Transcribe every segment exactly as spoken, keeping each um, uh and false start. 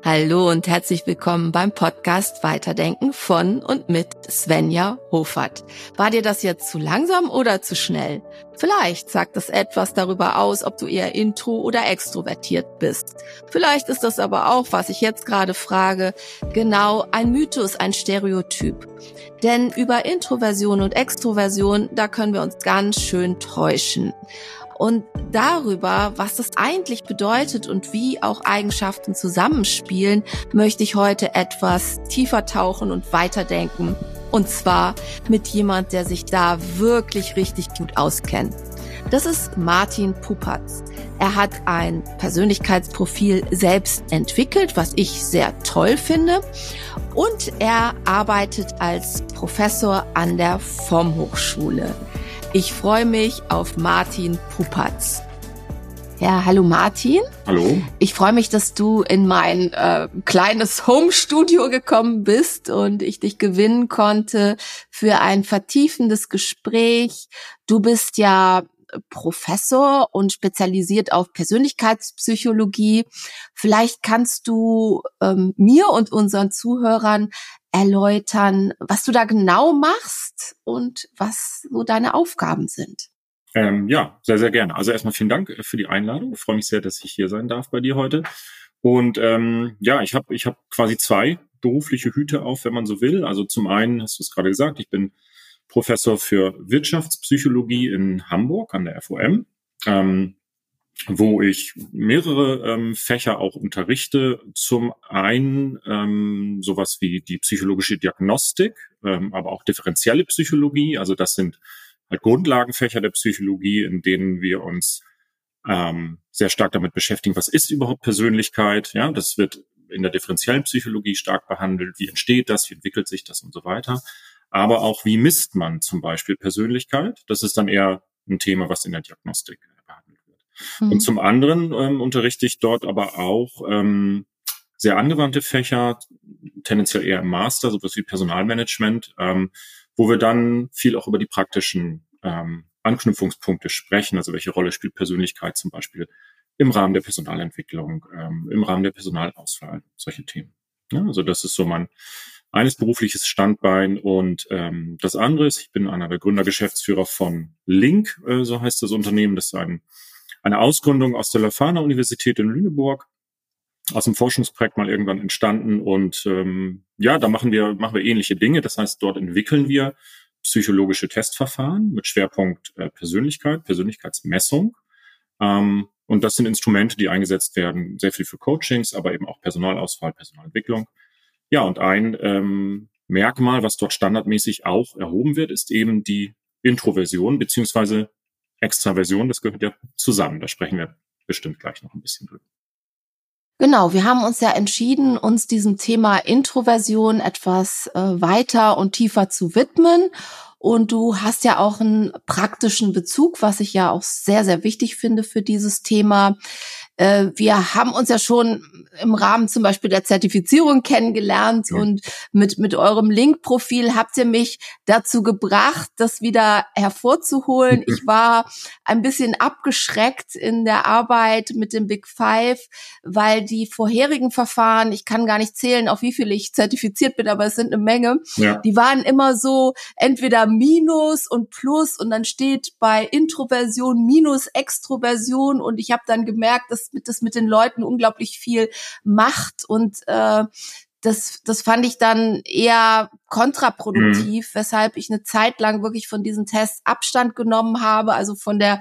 Hallo und herzlich willkommen beim Podcast Weiterdenken von und mit Svenja Hofert. War dir das jetzt zu langsam oder zu schnell? Vielleicht sagt das etwas darüber aus, ob du eher intro- oder extrovertiert bist. Vielleicht ist das aber auch, was ich jetzt gerade frage, genau ein Mythos, ein Stereotyp. Denn über Introversion und Extroversion, da können wir uns ganz schön täuschen. Und darüber, was das eigentlich bedeutet und wie auch Eigenschaften zusammenspielen, möchte ich heute etwas tiefer tauchen und weiterdenken. Und zwar mit jemand, der sich da wirklich richtig gut auskennt. Das ist Martin Pupatz. Er hat ein Persönlichkeitsprofil selbst entwickelt, was ich sehr toll finde. Und er arbeitet als Professor an der V O M-Hochschule. Ich freue mich auf Martin Pupatz. Ja, hallo Martin. Hallo. Ich freue mich, dass du in mein äh, kleines Home-Studio gekommen bist und ich dich gewinnen konnte für ein vertiefendes Gespräch. Du bist ja Professor und spezialisiert auf Persönlichkeitspsychologie. Vielleicht kannst du ähm, mir und unseren Zuhörern erläutern, was du da genau machst und was so deine Aufgaben sind. Ähm, ja, sehr, sehr gerne. Also erstmal vielen Dank für die Einladung. Ich freue mich sehr, dass ich hier sein darf bei dir heute. Und ähm, ja, ich habe ich hab quasi zwei berufliche Hüte auf, wenn man so will. Also zum einen, hast du es gerade gesagt, ich bin Professor für Wirtschaftspsychologie in Hamburg an der F O M. Ähm, wo ich mehrere ähm, Fächer auch unterrichte. Zum einen ähm, sowas wie die psychologische Diagnostik, ähm, aber auch differenzielle Psychologie. Also das sind halt Grundlagenfächer der Psychologie, in denen wir uns ähm, sehr stark damit beschäftigen, was ist überhaupt Persönlichkeit? Ja, das wird in der differenziellen Psychologie stark behandelt. Wie entsteht das? Wie entwickelt sich das und so weiter? Aber auch, wie misst man zum Beispiel Persönlichkeit? Das ist dann eher ein Thema, was in der Diagnostik behandelt wird. Mhm. Und zum anderen ähm, unterrichte ich dort aber auch ähm, sehr angewandte Fächer, tendenziell eher im Master, sowas wie Personalmanagement, ähm, wo wir dann viel auch über die praktischen ähm, Anknüpfungspunkte sprechen. Also welche Rolle spielt Persönlichkeit zum Beispiel im Rahmen der Personalentwicklung, ähm, im Rahmen der Personalauswahl, solche Themen. Ja, also das ist so mein eines berufliches Standbein. Und ähm, das andere ist, ich bin einer der Gründergeschäftsführer von Link, äh, so heißt das Unternehmen. Das ist ein, eine Ausgründung aus der Leuphana-Universität in Lüneburg, aus dem Forschungsprojekt mal irgendwann entstanden. Und ähm, ja, da machen wir machen wir ähnliche Dinge. Das heißt, dort entwickeln wir psychologische Testverfahren mit Schwerpunkt äh, Persönlichkeit, Persönlichkeitsmessung. Ähm, und das sind Instrumente, die eingesetzt werden, sehr viel für Coachings, aber eben auch Personalauswahl, Personalentwicklung. Ja, und ein ähm, Merkmal, was dort standardmäßig auch erhoben wird, ist eben die Introversion beziehungsweise Extraversion. Das gehört ja zusammen. Da sprechen wir bestimmt gleich noch ein bisschen drüber. Genau, wir haben uns ja entschieden, uns diesem Thema Introversion etwas äh, weiter und tiefer zu widmen. Und du hast ja auch einen praktischen Bezug, was ich ja auch sehr, sehr wichtig finde für dieses Thema. Äh, wir haben uns ja schon im Rahmen zum Beispiel der Zertifizierung kennengelernt, ja. Und mit mit eurem Link-Profil habt ihr mich dazu gebracht, das wieder hervorzuholen. Ich war ein bisschen abgeschreckt in der Arbeit mit dem Big Five, weil die vorherigen Verfahren, ich kann gar nicht zählen, auf wie viele ich zertifiziert bin, aber es sind eine Menge, ja. Die waren immer so entweder Minus und Plus und dann steht bei Introversion Minus Extroversion und ich habe dann gemerkt, dass das mit den Leuten unglaublich viel macht und äh, das das fand ich dann eher kontraproduktiv, mhm. weshalb ich eine Zeit lang wirklich von diesen Tests Abstand genommen habe, also von der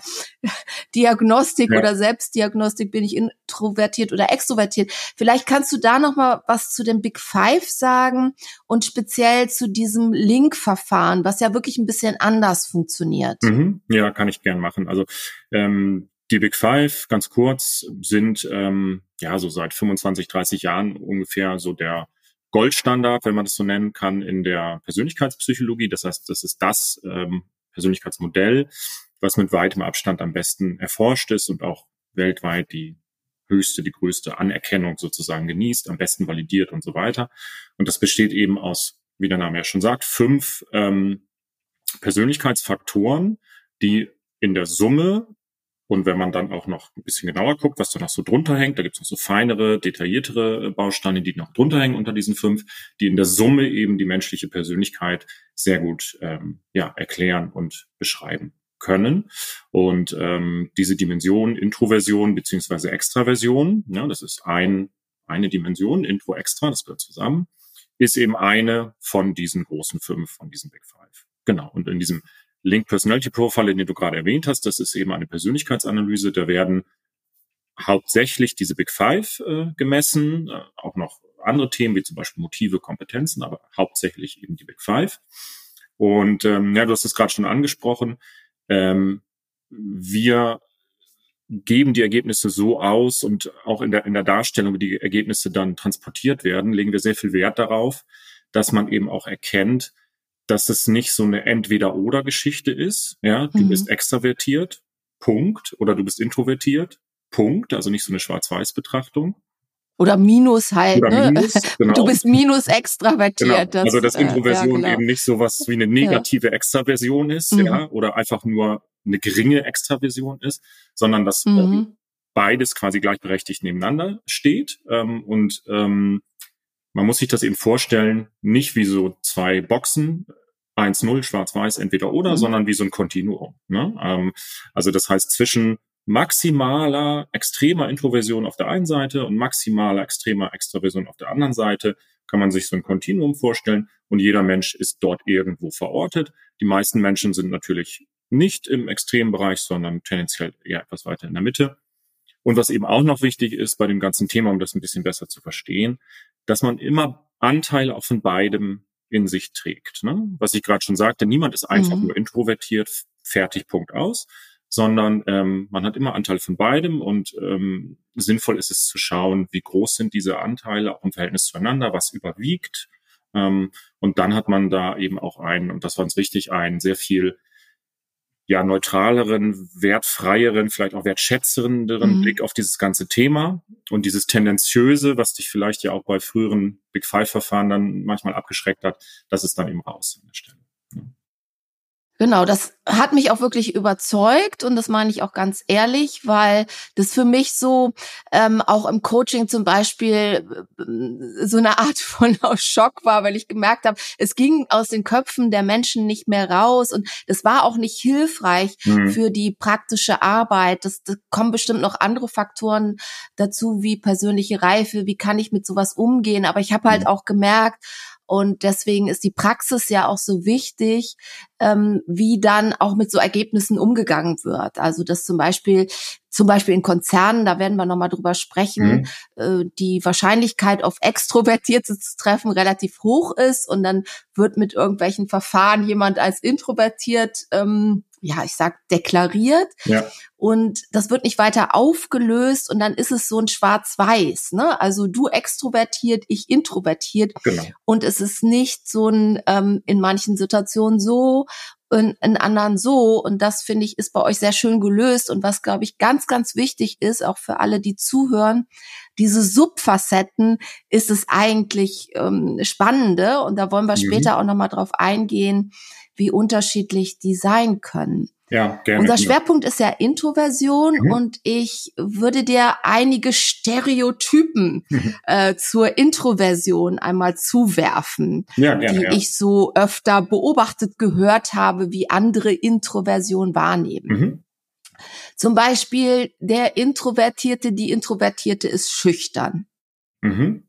Diagnostik ja. oder Selbstdiagnostik, bin ich introvertiert oder extrovertiert. Vielleicht kannst du da noch mal was zu dem Big Five sagen und speziell zu diesem Link-Verfahren, was ja wirklich ein bisschen anders funktioniert. Mhm. Ja, kann ich gern machen. Also ähm, die Big Five, ganz kurz, sind ähm, ja so seit fünfundzwanzig, dreißig Jahren ungefähr so der Goldstandard, wenn man das so nennen kann, in der Persönlichkeitspsychologie. Das heißt, das ist das ähm, Persönlichkeitsmodell, was mit weitem Abstand am besten erforscht ist und auch weltweit die höchste, die größte Anerkennung sozusagen genießt, am besten validiert und so weiter. Und das besteht eben aus, wie der Name ja schon sagt, fünf ähm, Persönlichkeitsfaktoren, die in der Summe Und wenn man dann auch noch ein bisschen genauer guckt, was da noch so drunter hängt, da gibt es noch so feinere, detailliertere Bausteine, die noch drunter hängen unter diesen fünf, die in der Summe eben die menschliche Persönlichkeit sehr gut ähm, ja, erklären und beschreiben können. Und ähm, diese Dimension, Introversion beziehungsweise Extraversion, ja, das ist ein, eine Dimension, Intro, Extra, das gehört zusammen, ist eben eine von diesen großen fünf, von diesen Big Five. Genau, und in diesem Link Personality Profile, den du gerade erwähnt hast, das ist eben eine Persönlichkeitsanalyse. Da werden hauptsächlich diese Big Five äh, gemessen, äh, auch noch andere Themen wie zum Beispiel Motive, Kompetenzen, aber hauptsächlich eben die Big Five. Und ähm, ja, du hast es gerade schon angesprochen. Ähm, wir geben die Ergebnisse so aus und auch in der in der Darstellung, wie die Ergebnisse dann transportiert werden, legen wir sehr viel Wert darauf, dass man eben auch erkennt, dass es nicht so eine Entweder-oder-Geschichte ist. Ja, du mhm. bist extravertiert, Punkt, oder du bist introvertiert, Punkt. Also nicht so eine Schwarz-Weiß-Betrachtung. Oder Minus halt, oder ne? Minus, genau. Du bist Minus extravertiert. Genau. Also dass Introversion äh, ja, genau. eben nicht sowas wie eine negative ja. Extraversion ist, mhm. ja, oder einfach nur eine geringe Extraversion ist, sondern dass mhm. beides quasi gleichberechtigt nebeneinander steht ähm, und ähm, man muss sich das eben vorstellen, nicht wie so zwei Boxen, eins null, schwarz-weiß, entweder oder, mhm. sondern wie so ein Kontinuum. Ne? Ähm, also das heißt, zwischen maximaler, extremer Introversion auf der einen Seite und maximaler, extremer Extraversion auf der anderen Seite kann man sich so ein Kontinuum vorstellen und jeder Mensch ist dort irgendwo verortet. Die meisten Menschen sind natürlich nicht im extremen Bereich, sondern tendenziell eher etwas weiter in der Mitte. Und was eben auch noch wichtig ist bei dem ganzen Thema, um das ein bisschen besser zu verstehen, dass man immer Anteile auch von beidem in sich trägt. Ne? Was ich gerade schon sagte, niemand ist einfach mhm. nur introvertiert, fertig, Punkt aus, sondern ähm, man hat immer Anteile von beidem und ähm, sinnvoll ist es zu schauen, wie groß sind diese Anteile auch im Verhältnis zueinander, was überwiegt. Ähm, und dann hat man da eben auch einen, und das war uns wichtig, einen sehr viel ja neutraleren, wertfreieren, vielleicht auch wertschätzenderen mhm. Blick auf dieses ganze Thema und dieses Tendenziöse, was dich vielleicht ja auch bei früheren Big Five-Verfahren dann manchmal abgeschreckt hat, das ist dann eben raus an der Stelle. Ja. Genau, das hat mich auch wirklich überzeugt und das meine ich auch ganz ehrlich, weil das für mich so ähm, auch im Coaching zum Beispiel äh, so eine Art von Schock war, weil ich gemerkt habe, es ging aus den Köpfen der Menschen nicht mehr raus und das war auch nicht hilfreich mhm. für die praktische Arbeit. Das, das kommen bestimmt noch andere Faktoren dazu, wie persönliche Reife, wie kann ich mit sowas umgehen, aber ich habe halt mhm. auch gemerkt, und deswegen ist die Praxis ja auch so wichtig, ähm, wie dann auch mit so Ergebnissen umgegangen wird. Also dass zum Beispiel, zum Beispiel in Konzernen, da werden wir nochmal drüber sprechen, mhm. äh, die Wahrscheinlichkeit auf Extrovertierte zu treffen relativ hoch ist und dann wird mit irgendwelchen Verfahren jemand als introvertiert ähm, ja, ich sag, deklariert. Ja. Und das wird nicht weiter aufgelöst und dann ist es so ein Schwarz-Weiß, ne? Also du extrovertiert, ich introvertiert. Genau. Und es ist nicht so ein ähm, in manchen Situationen so, in, in anderen so. Und das, finde ich, ist bei euch sehr schön gelöst. Und was, glaube ich, ganz, ganz wichtig ist, auch für alle, die zuhören, diese Subfacetten ist es eigentlich ähm, Spannende. Und da wollen wir mhm. später auch nochmal drauf eingehen, wie unterschiedlich die sein können. Ja, gerne. Unser Schwerpunkt ist ja Introversion mhm. und ich würde dir einige Stereotypen mhm. äh, zur Introversion einmal zuwerfen, ja, gerne, die ja. ich so öfter beobachtet gehört habe, wie andere Introversion wahrnehmen. Mhm. Zum Beispiel der Introvertierte, die Introvertierte ist schüchtern. Mhm.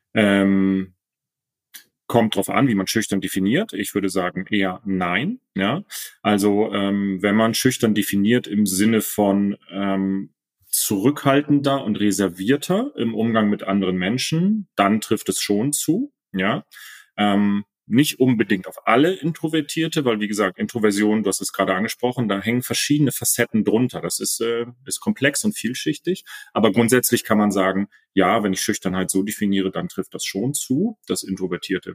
Ähm Kommt drauf an, wie man schüchtern definiert. Ich würde sagen eher nein. Ja, also ähm, wenn man schüchtern definiert im Sinne von ähm, zurückhaltender und reservierter im Umgang mit anderen Menschen, dann trifft es schon zu. Ja, ähm, nicht unbedingt auf alle Introvertierte, weil wie gesagt Introversion, du hast es gerade angesprochen, da hängen verschiedene Facetten drunter. Das ist äh, ist komplex und vielschichtig. Aber grundsätzlich kann man sagen, ja, wenn ich Schüchternheit so definiere, dann trifft das schon zu, dass Introvertierte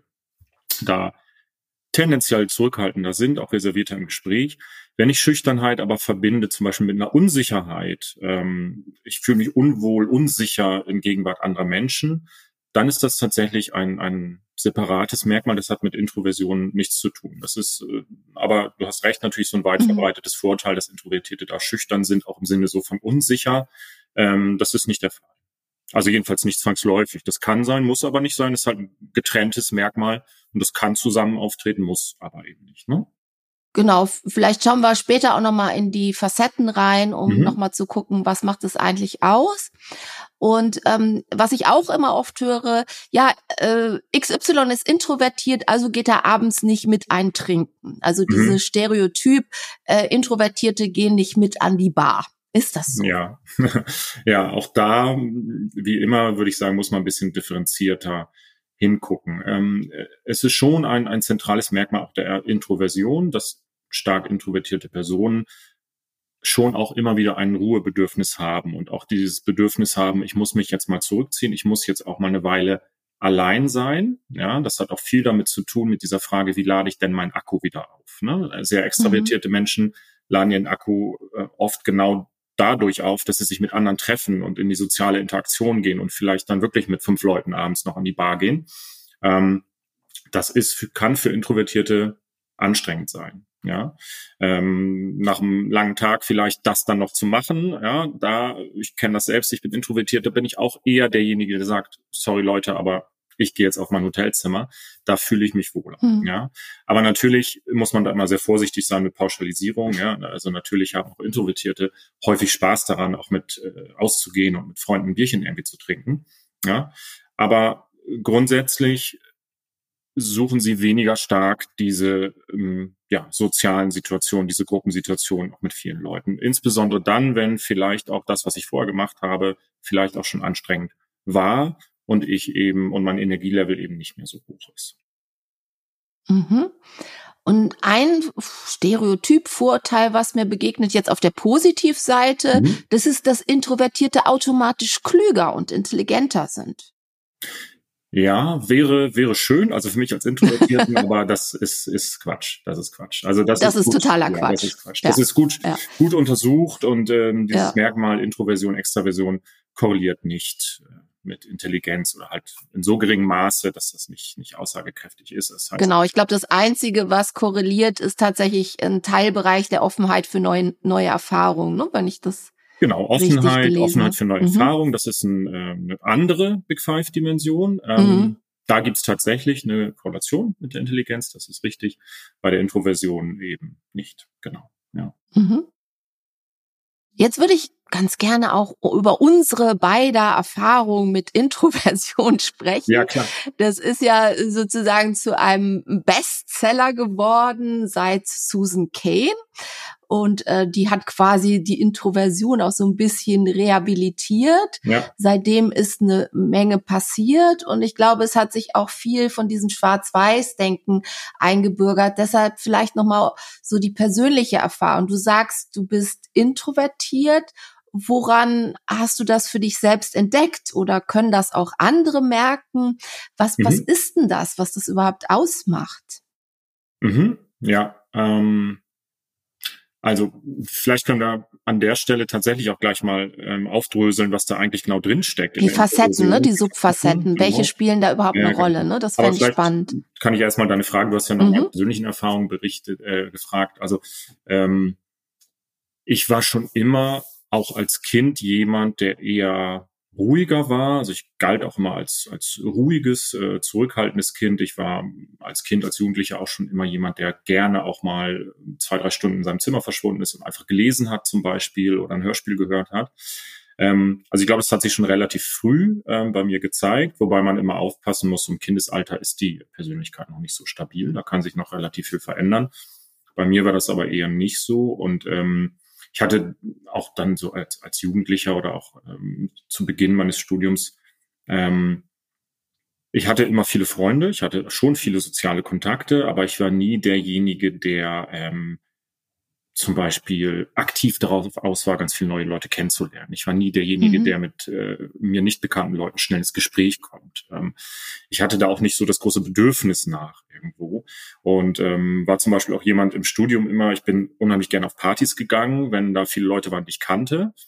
da tendenziell zurückhaltender sind, auch reservierter im Gespräch. Wenn ich Schüchternheit aber verbinde, zum Beispiel mit einer Unsicherheit, ähm, ich fühle mich unwohl, unsicher in Gegenwart anderer Menschen, dann ist das tatsächlich ein, ein separates Merkmal, das hat mit Introversion nichts zu tun. Das ist, äh, aber du hast recht, natürlich so ein weit verbreitetes Vorurteil, dass Introvertierte da schüchtern sind, auch im Sinne so von unsicher. Ähm, das ist nicht der Fall. Also jedenfalls nicht zwangsläufig. Das kann sein, muss aber nicht sein. Das ist halt ein getrenntes Merkmal und das kann zusammen auftreten, muss aber eben nicht, ne? Genau, vielleicht schauen wir später auch nochmal in die Facetten rein, um Mhm. nochmal zu gucken, was macht es eigentlich aus. Und ähm, was ich auch immer oft höre, ja, äh, X Y ist introvertiert, also geht er abends nicht mit eintrinken. Also Mhm. dieses Stereotyp, äh, Introvertierte gehen nicht mit an die Bar. Ist das so? Ja, ja, auch da, wie immer, würde ich sagen, muss man ein bisschen differenzierter hingucken. Ähm, es ist schon ein, ein zentrales Merkmal auch der Introversion, dass stark introvertierte Personen schon auch immer wieder ein Ruhebedürfnis haben und auch dieses Bedürfnis haben, ich muss mich jetzt mal zurückziehen, ich muss jetzt auch mal eine Weile allein sein. Ja, das hat auch viel damit zu tun mit dieser Frage, wie lade ich denn meinen Akku wieder auf? Ne? Sehr extravertierte mhm. Menschen laden ihren Akku äh, oft genau dadurch auf, dass sie sich mit anderen treffen und in die soziale Interaktion gehen und vielleicht dann wirklich mit fünf Leuten abends noch an die Bar gehen. Ähm, das ist für, kann für Introvertierte anstrengend sein. Ja, ähm, nach einem langen Tag vielleicht das dann noch zu machen. Ja, da, ich kenne das selbst, ich bin introvertiert, da bin ich auch eher derjenige, der sagt, sorry Leute, aber ich gehe jetzt auf mein Hotelzimmer, da fühle ich mich wohler. Hm. Ja, aber natürlich muss man da immer sehr vorsichtig sein mit Pauschalisierung. Ja, also natürlich haben auch Introvertierte häufig Spaß daran, auch mit äh, auszugehen und mit Freunden ein Bierchen irgendwie zu trinken. Ja, aber grundsätzlich suchen sie weniger stark diese ähm, ja, sozialen Situationen, diese Gruppensituationen auch mit vielen Leuten. Insbesondere dann, wenn vielleicht auch das, was ich vorher gemacht habe, vielleicht auch schon anstrengend war und ich eben und mein Energielevel eben nicht mehr so hoch ist. Mhm. Und ein Stereotyp, Vorurteil, was mir begegnet jetzt auf der Positivseite, mhm. das ist, dass Introvertierte automatisch klüger und intelligenter sind. Ja, wäre wäre schön, also für mich als Introvertierten, aber das ist ist Quatsch. Das ist Quatsch. Also das, das ist, ist gut, totaler ja, Quatsch. Das ist Quatsch. Ja. Das ist gut ja. gut untersucht und ähm, dieses ja. Merkmal Introversion, Extraversion korreliert nicht äh, mit Intelligenz oder halt in so geringem Maße, dass das nicht nicht aussagekräftig ist. Das heißt, genau, ich glaube, das Einzige, was korreliert, ist tatsächlich ein Teilbereich der Offenheit für neue neue Erfahrungen, ne? Wenn ich das Genau, Offenheit, Offenheit für neue mhm. Erfahrungen, das ist ein, äh, eine andere Big Five-Dimension. Ähm, mhm. Da gibt's tatsächlich eine Korrelation mit der Intelligenz, das ist richtig. Bei der Introversion eben nicht, genau. Ja. Mhm. Jetzt würde ich ganz gerne auch über unsere beider Erfahrungen mit Introversion sprechen. Ja, klar. Das ist ja sozusagen zu einem Bestseller geworden seit Susan Cain. Und äh, die hat quasi die Introversion auch so ein bisschen rehabilitiert. Ja. Seitdem ist eine Menge passiert. Und ich glaube, es hat sich auch viel von diesem Schwarz-Weiß-Denken eingebürgert. Deshalb vielleicht nochmal so die persönliche Erfahrung. Du sagst, du bist introvertiert. Woran hast du das für dich selbst entdeckt? Oder können das auch andere merken? Was, mhm. was ist denn das, was das überhaupt ausmacht? Mhm. Ja, ähm Also vielleicht können wir an der Stelle tatsächlich auch gleich mal ähm, aufdröseln, was da eigentlich genau drinsteckt. Die Facetten, ne? Die Subfacetten. Genau. Welche spielen da überhaupt ja, eine Rolle? Genau. Ne? Das fände ich spannend. Kann ich erstmal deine Frage, du hast ja nach mhm. meiner persönlichen Erfahrung berichtet, äh, gefragt. Also ähm, ich war schon immer auch als Kind jemand, der eher ruhiger war. Also ich galt auch immer als als ruhiges, äh, zurückhaltendes Kind. Ich war als Kind, als Jugendlicher auch schon immer jemand, der gerne auch mal zwei, drei Stunden in seinem Zimmer verschwunden ist und einfach gelesen hat zum Beispiel oder ein Hörspiel gehört hat. Ähm, also ich glaube, das hat sich schon relativ früh ähm, bei mir gezeigt, wobei man immer aufpassen muss, im Kindesalter ist die Persönlichkeit noch nicht so stabil. Da kann sich noch relativ viel verändern. Bei mir war das aber eher nicht so und ähm, ich hatte auch dann so als, als Jugendlicher oder auch ähm, zu Beginn meines Studiums, ähm, ich hatte immer viele Freunde, ich hatte schon viele soziale Kontakte, aber ich war nie derjenige, der ähm, zum Beispiel aktiv darauf aus war, ganz viele neue Leute kennenzulernen. Ich war nie derjenige, mhm. der mit äh, mir nicht bekannten Leuten schnell ins Gespräch kommt. Ähm, ich hatte da auch nicht so das große Bedürfnis nach irgendwo und ähm, war zum Beispiel auch jemand im Studium immer, ich bin unheimlich gerne auf Partys gegangen, wenn da viele Leute waren, die ich kannte.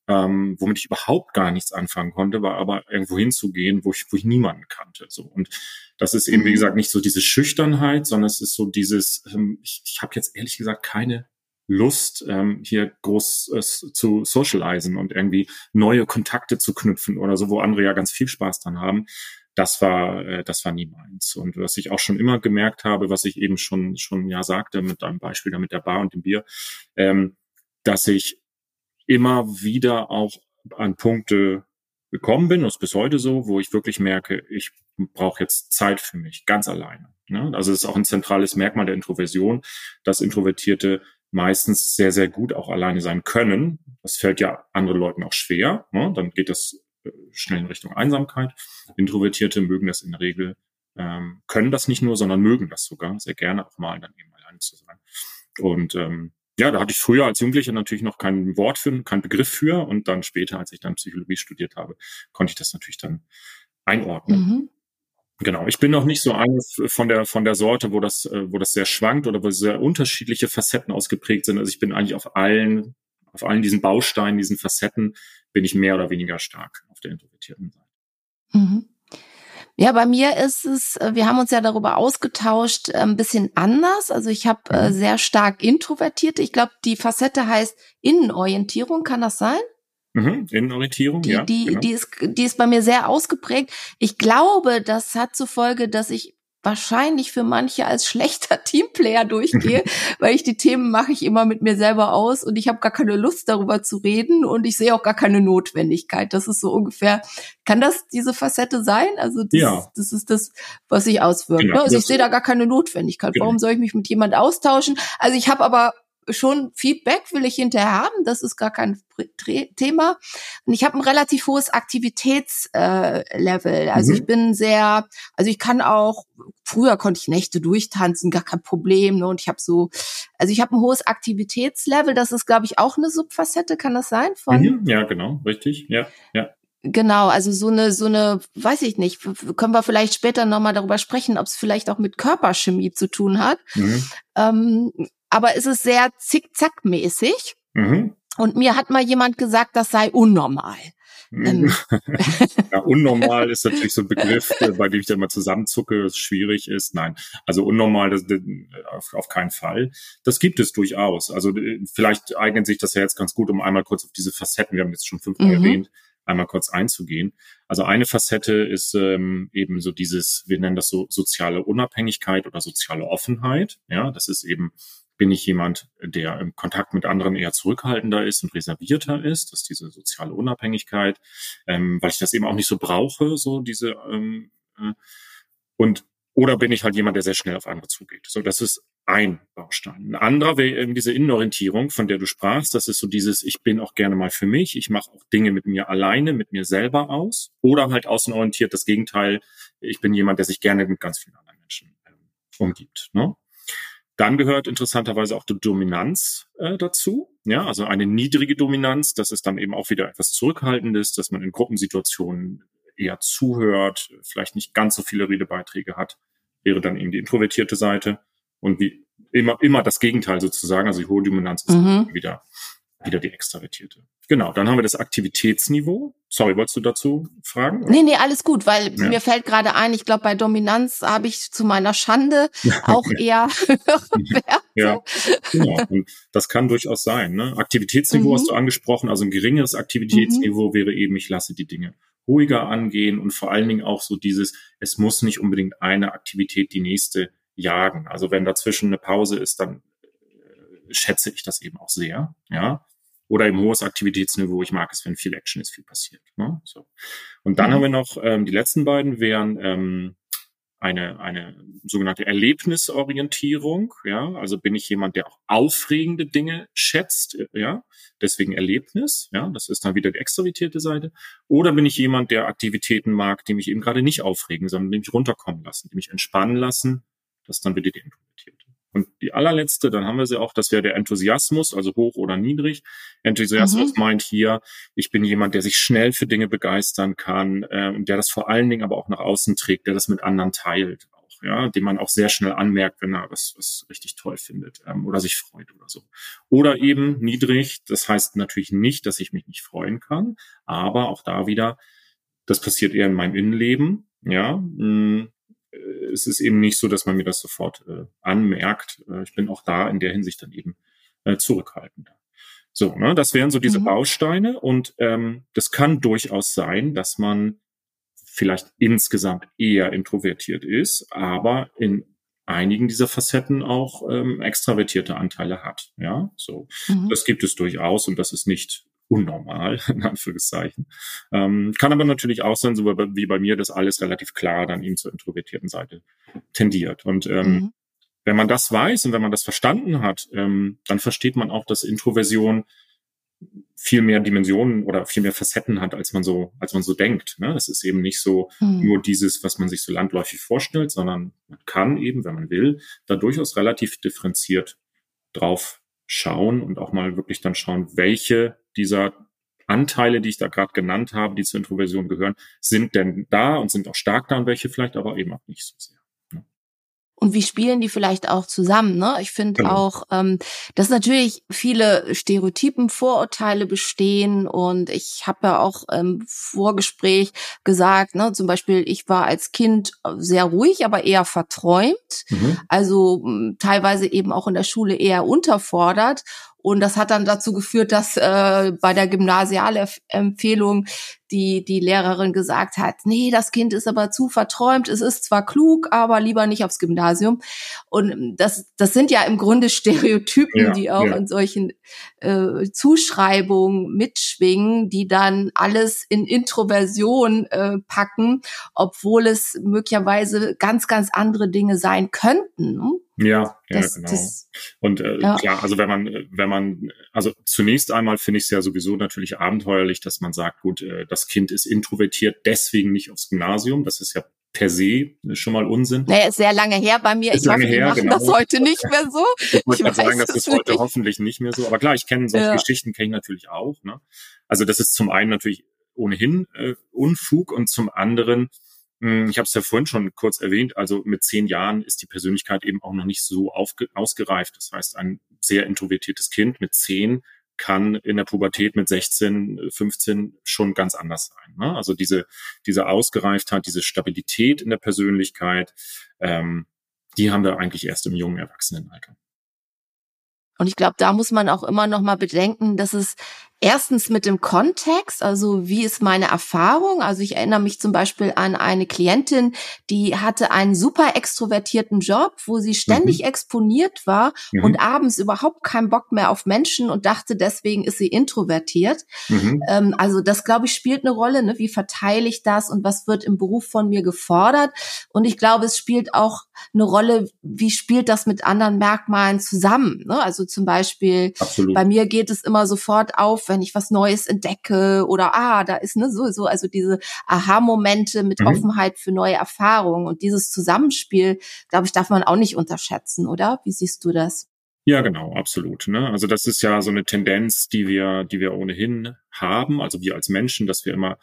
ähm, womit ich überhaupt gar nichts anfangen konnte, war aber irgendwo hinzugehen, wo ich, wo ich niemanden kannte. So. Und das ist eben, mhm. wie gesagt, nicht so diese Schüchternheit, sondern es ist so dieses, ähm, ich, ich habe jetzt ehrlich gesagt keine Lust, ähm, hier groß äh, zu socialisen und irgendwie neue Kontakte zu knüpfen oder so, wo andere ja ganz viel Spaß dran haben. Das war, äh, das war nie meins. Und was ich auch schon immer gemerkt habe, was ich eben schon, schon ja sagte mit einem Beispiel da mit der Bar und dem Bier, ähm, dass ich immer wieder auch an Punkte gekommen bin, und das ist bis heute so, wo ich wirklich merke, ich brauche jetzt Zeit für mich, ganz alleine. Ne? Also es ist auch ein zentrales Merkmal der Introversion, dass Introvertierte meistens sehr, sehr gut auch alleine sein können. Das fällt ja anderen Leuten auch schwer. Ne? Dann geht das schnell in Richtung Einsamkeit. Introvertierte mögen das in der Regel, ähm, können das nicht nur, sondern mögen das sogar sehr gerne auch mal dann eben alleine zu sein. Und ähm, ja, da hatte ich früher als Jugendlicher natürlich noch kein Wort für, keinen Begriff für. Und dann später, als ich dann Psychologie studiert habe, konnte ich das natürlich dann einordnen. Mhm. Genau. Ich bin noch nicht so eine von der, von der Sorte, wo das, wo das sehr schwankt oder wo sehr unterschiedliche Facetten ausgeprägt sind. Also ich bin eigentlich auf allen, auf allen diesen Bausteinen, diesen Facetten bin ich mehr oder weniger stark auf der introvertierten Seite. Mhm. Ja, bei mir ist es, wir haben uns ja darüber ausgetauscht, ein bisschen anders. Also ich habe mhm. sehr stark introvertierte. Ich glaube, die Facette heißt Innenorientierung. Kann das sein? Mhm. Innenorientierung, die, ja. Die, genau. die, ist, die ist bei mir sehr ausgeprägt. Ich glaube, das hat zur Folge, dass ich wahrscheinlich für manche als schlechter Teamplayer durchgehe, weil ich die Themen mache ich immer mit mir selber aus und ich habe gar keine Lust darüber zu reden und ich sehe auch gar keine Notwendigkeit. Das ist so ungefähr, kann das diese Facette sein? Also das, ja. das ist das, was sich auswirkt. Genau. Also ich sehe da gar keine Notwendigkeit. Genau. Warum soll ich mich mit jemand austauschen? Also ich habe aber schon Feedback will ich hinterher haben, das ist gar kein Thema. Und ich habe ein relativ hohes Aktivitätslevel. Äh, also mhm. ich bin sehr, also ich kann auch, früher konnte ich Nächte durchtanzen, gar kein Problem. Ne? Und ich habe so, also ich habe ein hohes Aktivitätslevel, das ist, glaube ich, auch eine Subfacette, kann das sein? Von mhm. Ja, genau, richtig, ja, ja. Genau, also so eine, so eine, weiß ich nicht, können wir vielleicht später nochmal darüber sprechen, ob es vielleicht auch mit Körperchemie zu tun hat. Mhm. Ähm, aber es ist sehr zickzackmäßig. Mhm. Und mir hat mal jemand gesagt, das sei unnormal. Mhm. Ja, unnormal ist natürlich so ein Begriff, bei dem ich da immer zusammenzucke, es schwierig ist. Nein, also unnormal, das, das, auf, auf keinen Fall. Das gibt es durchaus. Also vielleicht eignet sich das ja jetzt ganz gut, um einmal kurz auf diese Facetten, wir haben jetzt schon fünfmal mhm. erwähnt, einmal kurz einzugehen. Also eine Facette ist ähm, eben so dieses, wir nennen das so soziale Unabhängigkeit oder soziale Offenheit. Ja, das ist eben, bin ich jemand, der im Kontakt mit anderen eher zurückhaltender ist und reservierter ist. Das ist diese soziale Unabhängigkeit, ähm, weil ich das eben auch nicht so brauche, so diese ähm, äh, und oder bin ich halt jemand, der sehr schnell auf andere zugeht. So, das ist ein Baustein. Ein anderer wäre eben diese Innenorientierung, von der du sprachst. Das ist so dieses, ich bin auch gerne mal für mich. Ich mache auch Dinge mit mir alleine, mit mir selber aus. Oder halt außenorientiert, das Gegenteil. Ich bin jemand, der sich gerne mit ganz vielen anderen Menschen ähm, umgibt. Ne? Dann gehört interessanterweise auch die Dominanz äh, dazu. Ja, also eine niedrige Dominanz. Das ist dann eben auch wieder etwas Zurückhaltendes, dass man in Gruppensituationen eher zuhört, vielleicht nicht ganz so viele Redebeiträge hat, wäre dann eben die introvertierte Seite. Und wie immer, immer das Gegenteil sozusagen, also die hohe Dominanz ist mhm. wieder, wieder die extravertierte. Genau, dann haben wir das Aktivitätsniveau. Sorry, wolltest du dazu fragen? Oder? Nee, nee, alles gut, weil ja. mir fällt gerade ein, ich glaube, bei Dominanz habe ich zu meiner Schande auch eher Werte. Ja, genau. Und das kann durchaus sein. Ne? Aktivitätsniveau mhm. hast du angesprochen, also ein geringeres Aktivitätsniveau mhm. wäre eben, ich lasse die Dinge ruhiger angehen und vor allen Dingen auch so dieses, es muss nicht unbedingt eine Aktivität die nächste jagen. Also wenn dazwischen eine Pause ist, dann äh, schätze ich das eben auch sehr, ja. Oder eben hohes Aktivitätsniveau. Ich mag es, wenn viel Action ist, viel passiert. Ne? So. Und dann mhm. haben wir noch, ähm, die letzten beiden wären ähm, eine eine sogenannte Erlebnisorientierung. Ja, also bin ich jemand, der auch aufregende Dinge schätzt. Ja, deswegen Erlebnis. Ja, das ist dann wieder die extrovertierte Seite. Oder bin ich jemand, der Aktivitäten mag, die mich eben gerade nicht aufregen, sondern die mich runterkommen lassen, die mich entspannen lassen. Das ist dann wieder die introvertierte. Und die allerletzte, dann haben wir sie auch, das wäre der Enthusiasmus, also hoch oder niedrig. Enthusiasmus mhm. meint hier, ich bin jemand, der sich schnell für Dinge begeistern kann, äh, der das vor allen Dingen aber auch nach außen trägt, der das mit anderen teilt auch. ja, den man auch sehr schnell anmerkt, wenn er was, was richtig toll findet ähm, oder sich freut oder so. Oder eben niedrig, das heißt natürlich nicht, dass ich mich nicht freuen kann, aber auch da wieder, das passiert eher in meinem Innenleben, ja. Mh, es ist eben nicht so, dass man mir das sofort äh, anmerkt. Äh, ich bin auch da in der Hinsicht dann eben äh, zurückhaltender. So, ne, das wären so diese Mhm. Bausteine und ähm, das kann durchaus sein, dass man vielleicht insgesamt eher introvertiert ist, aber in einigen dieser Facetten auch ähm, extravertierte Anteile hat. Ja, so. Mhm. Das gibt es durchaus und das ist nicht unnormal, in Anführungszeichen. Ähm, kann aber natürlich auch sein, so wie bei mir, dass alles relativ klar dann eben zur introvertierten Seite tendiert. Und ähm, Mhm. wenn man das weiß und wenn man das verstanden hat, ähm, dann versteht man auch, dass Introversion viel mehr Dimensionen oder viel mehr Facetten hat, als man so, als man so denkt. Ne? Es ist eben nicht so Mhm. nur dieses, was man sich so landläufig vorstellt, sondern man kann eben, wenn man will, da durchaus relativ differenziert drauf schauen und auch mal wirklich dann schauen, welche dieser Anteile, die ich da gerade genannt habe, die zur Introversion gehören, sind denn da und sind auch stark da und welche vielleicht aber eben auch nicht so sehr. Und wie spielen die vielleicht auch zusammen, ne? Ich finde Genau. auch, ähm, dass natürlich viele Stereotypen, Vorurteile bestehen und ich habe ja auch im Vorgespräch gesagt, ne, zum Beispiel, ich war als Kind sehr ruhig, aber eher verträumt, Mhm. also m, teilweise eben auch in der Schule eher unterfordert. Und das hat dann dazu geführt, dass äh, bei der Gymnasialempfehlung die die Lehrerin gesagt hat, nee, das Kind ist aber zu verträumt, es ist zwar klug, aber lieber nicht aufs Gymnasium. Und das das sind ja im Grunde Stereotypen, Ja, die auch ja. in solchen äh, Zuschreibungen mitschwingen, die dann alles in Introversion äh, packen, obwohl es möglicherweise ganz, ganz andere Dinge sein könnten. Ne? Ja, ja, Das, genau. das, Und äh, ja. klar, also wenn man, wenn man, also zunächst einmal finde ich es ja sowieso natürlich abenteuerlich, dass man sagt, gut, äh, das Kind ist introvertiert, deswegen nicht aufs Gymnasium. Das ist ja per se schon mal Unsinn. Naja, ist sehr lange her bei mir. Ist Ich lange hoffe, die her, machen genau. das heute nicht mehr so. Ich Ich wollte gerade sagen, weiß das es ist heute nicht. hoffentlich nicht mehr so. Aber klar, ich kenne solche Ja. Geschichten, kenne ich natürlich auch. Ne? Also das ist zum einen natürlich ohnehin äh, Unfug und zum anderen, mh, ich habe es ja vorhin schon kurz erwähnt, also mit zehn Jahren ist die Persönlichkeit eben auch noch nicht so aufge ausgereift. Das heißt, ein sehr introvertiertes Kind mit zehn kann in der Pubertät mit sechzehn, fünfzehn schon ganz anders sein. Ne? Also diese, diese Ausgereiftheit, diese Stabilität in der Persönlichkeit, ähm, die haben wir eigentlich erst im jungen Erwachsenenalter. Und ich glaube, da muss man auch immer noch mal bedenken, dass es erstens mit dem Kontext, also wie ist meine Erfahrung? Also ich erinnere mich zum Beispiel an eine Klientin, die hatte einen super extrovertierten Job, wo sie ständig Mhm. exponiert war Mhm. und abends überhaupt keinen Bock mehr auf Menschen und dachte, deswegen ist sie introvertiert. Mhm. Ähm, also das, glaube ich, spielt eine Rolle, ne? Wie verteile ich das und was wird im Beruf von mir gefordert? Und ich glaube, es spielt auch eine Rolle, wie spielt das mit anderen Merkmalen zusammen? Ne? Also zum Beispiel, Absolut. bei mir geht es immer sofort auf, wenn ich was Neues entdecke oder ah, da ist ne sowieso, also diese Aha-Momente mit Mhm. Offenheit für neue Erfahrungen und dieses Zusammenspiel, glaube ich, darf man auch nicht unterschätzen, oder? Wie siehst du das? Ja, genau, absolut. Ne? Also das ist ja so eine Tendenz, die wir, die wir ohnehin haben, also wir als Menschen, dass wir immer,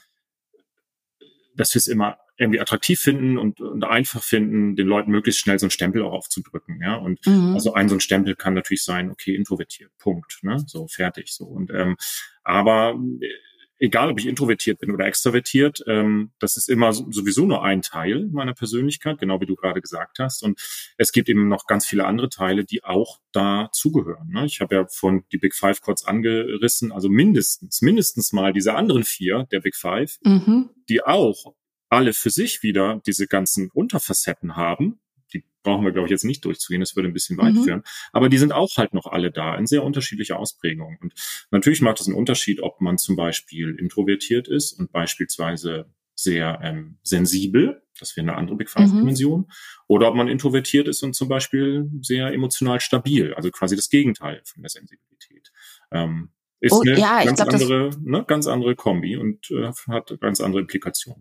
dass wir es immer irgendwie attraktiv finden und, und einfach finden, den Leuten möglichst schnell so einen Stempel auch aufzudrücken. Ja, und Mhm. also ein so ein Stempel kann natürlich sein, okay, introvertiert, Punkt, ne, so fertig, so und ähm, aber äh, egal, ob ich introvertiert bin oder extrovertiert, ähm, das ist immer sowieso nur ein Teil meiner Persönlichkeit, genau wie du gerade gesagt hast. Und es gibt eben noch ganz viele andere Teile, die auch da zugehören. Ne? Ich habe ja von die Big Five kurz angerissen, also mindestens, mindestens mal diese anderen vier der Big Five, Mhm. die auch alle für sich wieder diese ganzen Unterfacetten haben. Die brauchen wir, glaube ich, jetzt nicht durchzugehen, das würde ein bisschen weit Mhm. führen. Aber die sind auch halt noch alle da, in sehr unterschiedlicher Ausprägung. Und natürlich macht es einen Unterschied, ob man zum Beispiel introvertiert ist und beispielsweise sehr ähm, sensibel, das wäre eine andere Big Five-Dimension, mhm. oder ob man introvertiert ist und zum Beispiel sehr emotional stabil, also quasi das Gegenteil von der Sensibilität. Ähm, ist Oh, eine ja, ich ganz glaube, das andere, ne, ganz andere Kombi und äh, hat ganz andere Implikationen.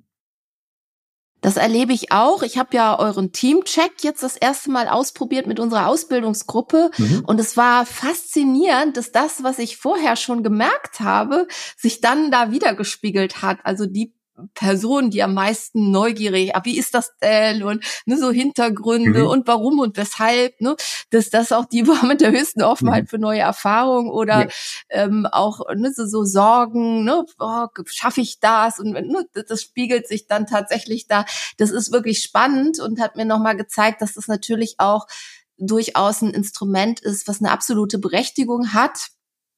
Das erlebe ich auch. Ich habe ja euren Teamcheck jetzt das erste Mal ausprobiert mit unserer Ausbildungsgruppe. Mhm. Und es war faszinierend, dass das, was ich vorher schon gemerkt habe, sich dann da wiedergespiegelt hat. Also die Personen, die am meisten neugierig, aber wie ist das denn und ne, so Hintergründe Mhm. und warum und weshalb, ne, dass das auch die war mit der höchsten Offenheit Mhm. für neue Erfahrungen oder Ja. ähm, auch ne, so, so Sorgen, ne, oh, schaffe ich das und ne, das spiegelt sich dann tatsächlich da. Das ist wirklich spannend und hat mir nochmal gezeigt, dass das natürlich auch durchaus ein Instrument ist, was eine absolute Berechtigung hat.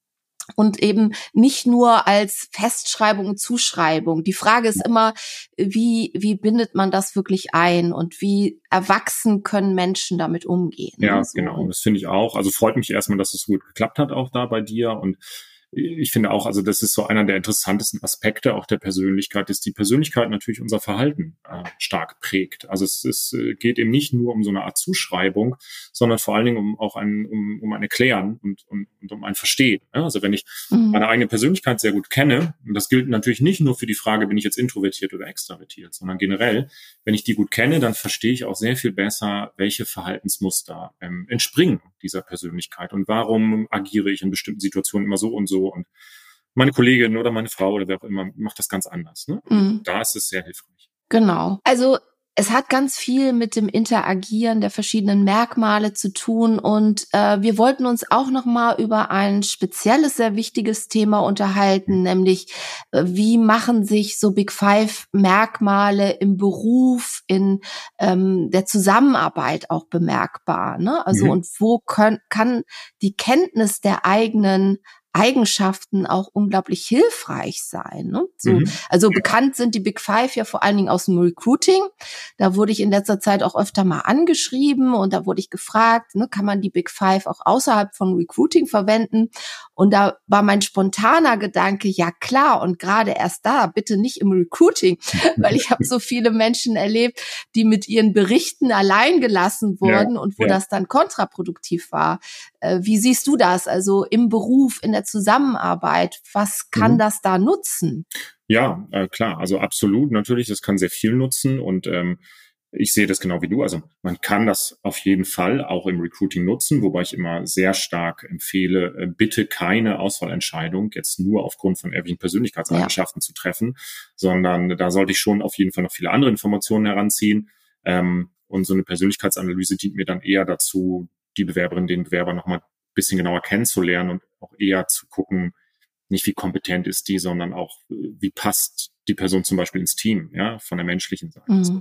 Und eben nicht nur als Festschreibung und Zuschreibung. Die Frage ist immer, wie, wie bindet man das wirklich ein und wie erwachsen können Menschen damit umgehen? Ja, Ne? So. genau. Das finde ich auch. Also freut mich erstmal, dass es so gut geklappt hat auch da bei dir. Und ich finde auch, also das ist so einer der interessantesten Aspekte auch der Persönlichkeit, dass die Persönlichkeit natürlich unser Verhalten äh, stark prägt. Also es, es äh, geht eben nicht nur um so eine Art Zuschreibung, sondern vor allen Dingen um auch ein, um, um ein Erklären und, und, und um ein Verstehen. Ja? Also wenn ich Mhm. meine eigene Persönlichkeit sehr gut kenne, und das gilt natürlich nicht nur für die Frage, bin ich jetzt introvertiert oder extravertiert, sondern generell, wenn ich die gut kenne, dann verstehe ich auch sehr viel besser, welche Verhaltensmuster ähm, entspringen dieser Persönlichkeit und warum agiere ich in bestimmten Situationen immer so und so. Und meine Kollegin oder meine Frau oder wer auch immer macht das ganz anders. Ne? Mhm. Da ist es sehr hilfreich. Genau. Also es hat ganz viel mit dem Interagieren der verschiedenen Merkmale zu tun und äh, wir wollten uns auch noch mal über ein spezielles, sehr wichtiges Thema unterhalten, Mhm. nämlich äh, wie machen sich so Big Five Merkmale im Beruf, in ähm, der Zusammenarbeit auch bemerkbar, ne? Also Mhm. und wo können, kann die Kenntnis der eigenen Eigenschaften auch unglaublich hilfreich sein. Ne? So, Mhm. also bekannt sind die Big Five ja vor allen Dingen aus dem Recruiting. Da wurde ich in letzter Zeit auch öfter mal angeschrieben und da wurde ich gefragt, ne, kann man die Big Five auch außerhalb von Recruiting verwenden? Und da war mein spontaner Gedanke, ja klar, und gerade erst da, bitte nicht im Recruiting, weil ich habe so viele Menschen erlebt, die mit ihren Berichten allein gelassen wurden Ja, und wo ja. das dann kontraproduktiv war. Äh, wie siehst du das? Also im Beruf, in der Zusammenarbeit, was kann Mhm. das da nutzen? Ja, äh, klar, also absolut, natürlich, das kann sehr viel nutzen und ähm, ich sehe das genau wie du. Also man kann das auf jeden Fall auch im Recruiting nutzen, wobei ich immer sehr stark empfehle, äh, bitte keine Auswahlentscheidung jetzt nur aufgrund von irgendwelchen Persönlichkeitseigenschaften ja. zu treffen, sondern da sollte ich schon auf jeden Fall noch viele andere Informationen heranziehen. Ähm, und so eine Persönlichkeitsanalyse dient mir dann eher dazu, die Bewerberin, den Bewerber nochmal ein bisschen genauer kennenzulernen und auch eher zu gucken, nicht wie kompetent ist die, sondern auch wie passt die Person zum Beispiel ins Team, ja, von der menschlichen Seite. Mhm.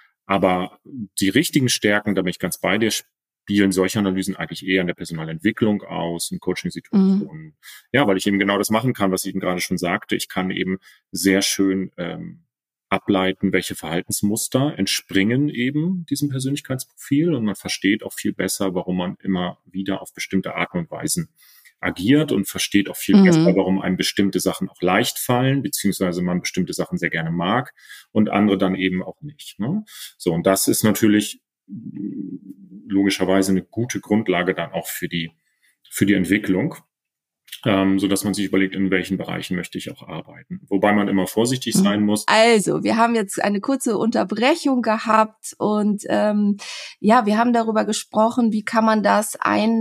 Aber die richtigen Stärken, da bin ich ganz bei dir, spielen solche Analysen eigentlich eher in der Personalentwicklung aus, in Coaching-Situationen. Mhm. Ja, weil ich eben genau das machen kann, was ich eben gerade schon sagte. Ich kann eben sehr schön ähm, ableiten, welche Verhaltensmuster entspringen eben diesem Persönlichkeitsprofil und man versteht auch viel besser, warum man immer wieder auf bestimmte Arten und Weisen agiert und versteht auch viel mhm. besser, warum einem bestimmte Sachen auch leicht fallen, beziehungsweise man bestimmte Sachen sehr gerne mag und andere dann eben auch nicht. Ne? So, und das ist natürlich logischerweise eine gute Grundlage dann auch für die, für die Entwicklung, ähm, so dass man sich überlegt, in welchen Bereichen möchte ich auch arbeiten. Wobei man immer vorsichtig sein muss. Also, wir haben jetzt eine kurze Unterbrechung gehabt und ähm, ja, wir haben darüber gesprochen, wie kann man das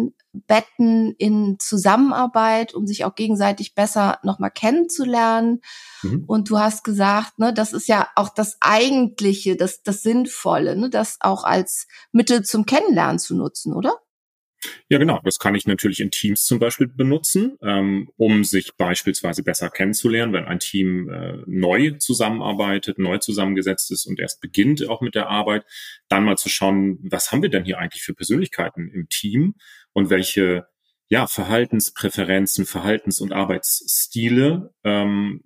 einbetten in Zusammenarbeit, um sich auch gegenseitig besser nochmal kennenzulernen. Mhm. Und du hast gesagt, ne, das ist ja auch das Eigentliche, das, das Sinnvolle, ne, das auch als Mittel zum Kennenlernen zu nutzen, oder? Ja, genau. Das kann ich natürlich in Teams zum Beispiel benutzen, ähm, um sich beispielsweise besser kennenzulernen, wenn ein Team äh, neu zusammenarbeitet, neu zusammengesetzt ist und erst beginnt auch mit der Arbeit, dann mal zu schauen, was haben wir denn hier eigentlich für Persönlichkeiten im Team und welche ja Verhaltenspräferenzen, Verhaltens- und Arbeitsstile ähm,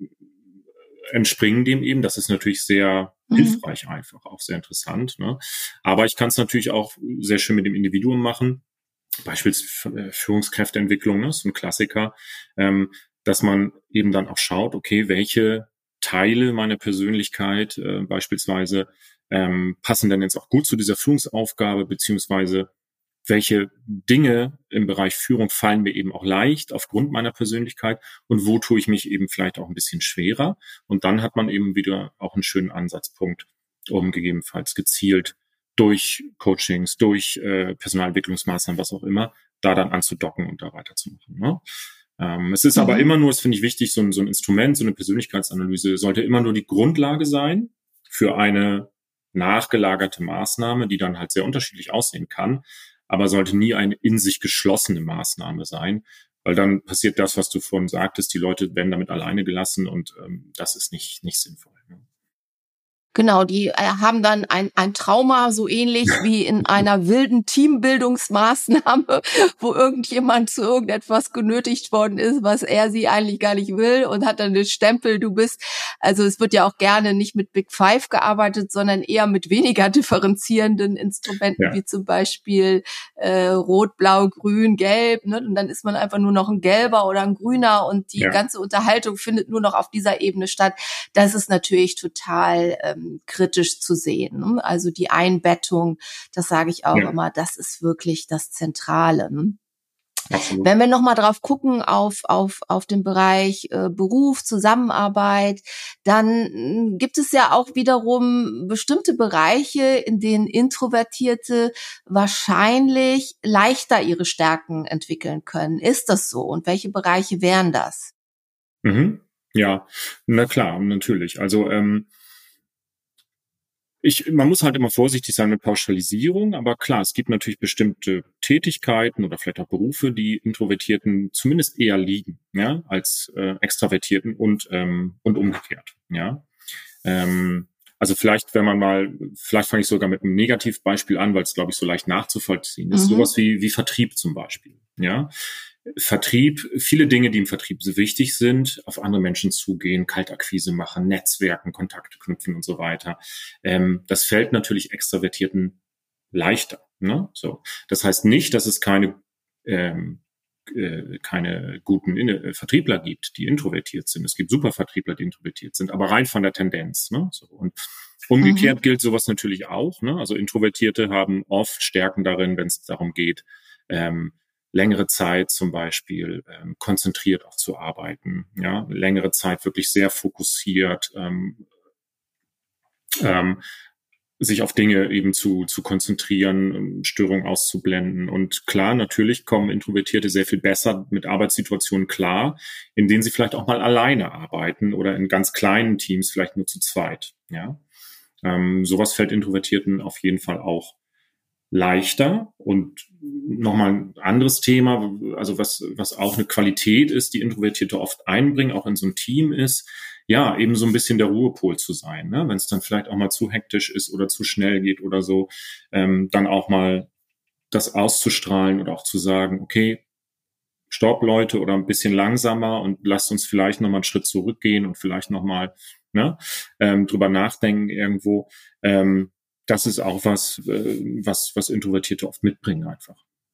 entspringen dem eben. Das ist natürlich sehr mhm. hilfreich einfach, auch sehr interessant. Ne? Aber ich kann es natürlich auch sehr schön mit dem Individuum machen. Beispielsweise Führungskräfteentwicklung, ne, so ein Klassiker, ähm, dass man eben dann auch schaut, okay, welche Teile meiner Persönlichkeit äh, beispielsweise ähm, passen denn jetzt auch gut zu dieser Führungsaufgabe, beziehungsweise welche Dinge im Bereich Führung fallen mir eben auch leicht aufgrund meiner Persönlichkeit und wo tue ich mich eben vielleicht auch ein bisschen schwerer. Und dann hat man eben wieder auch einen schönen Ansatzpunkt, um gegebenenfalls gezielt durch Coachings, durch äh, Personalentwicklungsmaßnahmen, was auch immer, da dann anzudocken und da weiterzumachen. Ne? Ähm, es ist mhm. aber immer nur, das finde ich wichtig, so ein, so ein Instrument, so eine Persönlichkeitsanalyse sollte immer nur die Grundlage sein für eine nachgelagerte Maßnahme, die dann halt sehr unterschiedlich aussehen kann, aber sollte nie eine in sich geschlossene Maßnahme sein, weil dann passiert das, was du vorhin sagtest, die Leute werden damit alleine gelassen und ähm, das ist nicht, nicht sinnvoll. Ne? Genau, die äh, haben dann ein, ein Trauma, so ähnlich wie in einer wilden Teambildungsmaßnahme, wo irgendjemand zu irgendetwas genötigt worden ist, was er sie eigentlich gar nicht will und hat dann den Stempel, du bist, also es wird ja auch gerne nicht mit Big Five gearbeitet, sondern eher mit weniger differenzierenden Instrumenten, ja. wie zum Beispiel äh, Rot, Blau, Grün, Gelb, ne? Und dann ist man einfach nur noch ein Gelber oder ein Grüner und die ja. ganze Unterhaltung findet nur noch auf dieser Ebene statt. Das ist natürlich total ähm, kritisch zu sehen. Ne? Also die Einbettung, das sage ich auch ja. immer, das ist wirklich das Zentrale. Ne? Absolut. Wenn wir nochmal drauf gucken auf, auf, auf den Bereich äh, Beruf, Zusammenarbeit, dann gibt es ja auch wiederum bestimmte Bereiche, in denen Introvertierte wahrscheinlich leichter ihre Stärken entwickeln können. Ist das so? Und welche Bereiche wären das? Mhm. Ja, na klar, natürlich. Also ähm, Ich, man muss halt immer vorsichtig sein mit Pauschalisierung, aber klar, es gibt natürlich bestimmte Tätigkeiten oder vielleicht auch Berufe, die Introvertierten zumindest eher liegen, ja, als äh, Extravertierten und ähm, und umgekehrt, ja. Ähm, also vielleicht, wenn man mal, vielleicht fange ich sogar mit einem Negativbeispiel an, weil es, glaube ich, so leicht nachzuvollziehen ist. Mhm. Sowas wie wie Vertrieb zum Beispiel, ja. Vertrieb, viele Dinge, die im Vertrieb so wichtig sind, auf andere Menschen zugehen, Kaltakquise machen, Netzwerken, Kontakte knüpfen und so weiter. Ähm, das fällt natürlich Extravertierten leichter. Ne? So, das heißt nicht, dass es keine ähm, äh, keine guten In- Vertriebler gibt, die introvertiert sind. Es gibt super Vertriebler, die introvertiert sind, aber rein von der Tendenz. Ne? So, und umgekehrt mhm. gilt sowas natürlich auch. Ne? Also Introvertierte haben oft Stärken darin, wenn es darum geht, ähm, längere Zeit zum Beispiel ähm, konzentriert auch zu arbeiten, ja, längere Zeit wirklich sehr fokussiert, ähm, ähm, sich auf Dinge eben zu zu konzentrieren, Störungen auszublenden. Und klar, natürlich kommen Introvertierte sehr viel besser mit Arbeitssituationen klar, in denen sie vielleicht auch mal alleine arbeiten oder in ganz kleinen Teams, vielleicht nur zu zweit, ja. Ähm, sowas fällt Introvertierten auf jeden Fall auch leichter. Und nochmal ein anderes Thema, also was was auch eine Qualität ist, die Introvertierte oft einbringen, auch in so ein Team ist, ja, eben so ein bisschen der Ruhepol zu sein, ne? Wenn es dann vielleicht auch mal zu hektisch ist oder zu schnell geht oder so, ähm, dann auch mal das auszustrahlen oder auch zu sagen, okay, stopp Leute, oder ein bisschen langsamer und lasst uns vielleicht nochmal einen Schritt zurückgehen und vielleicht nochmal ne, ähm, drüber nachdenken irgendwo. Ähm, das ist auch was, äh, was, was Introvertierte oft mitbringen einfach.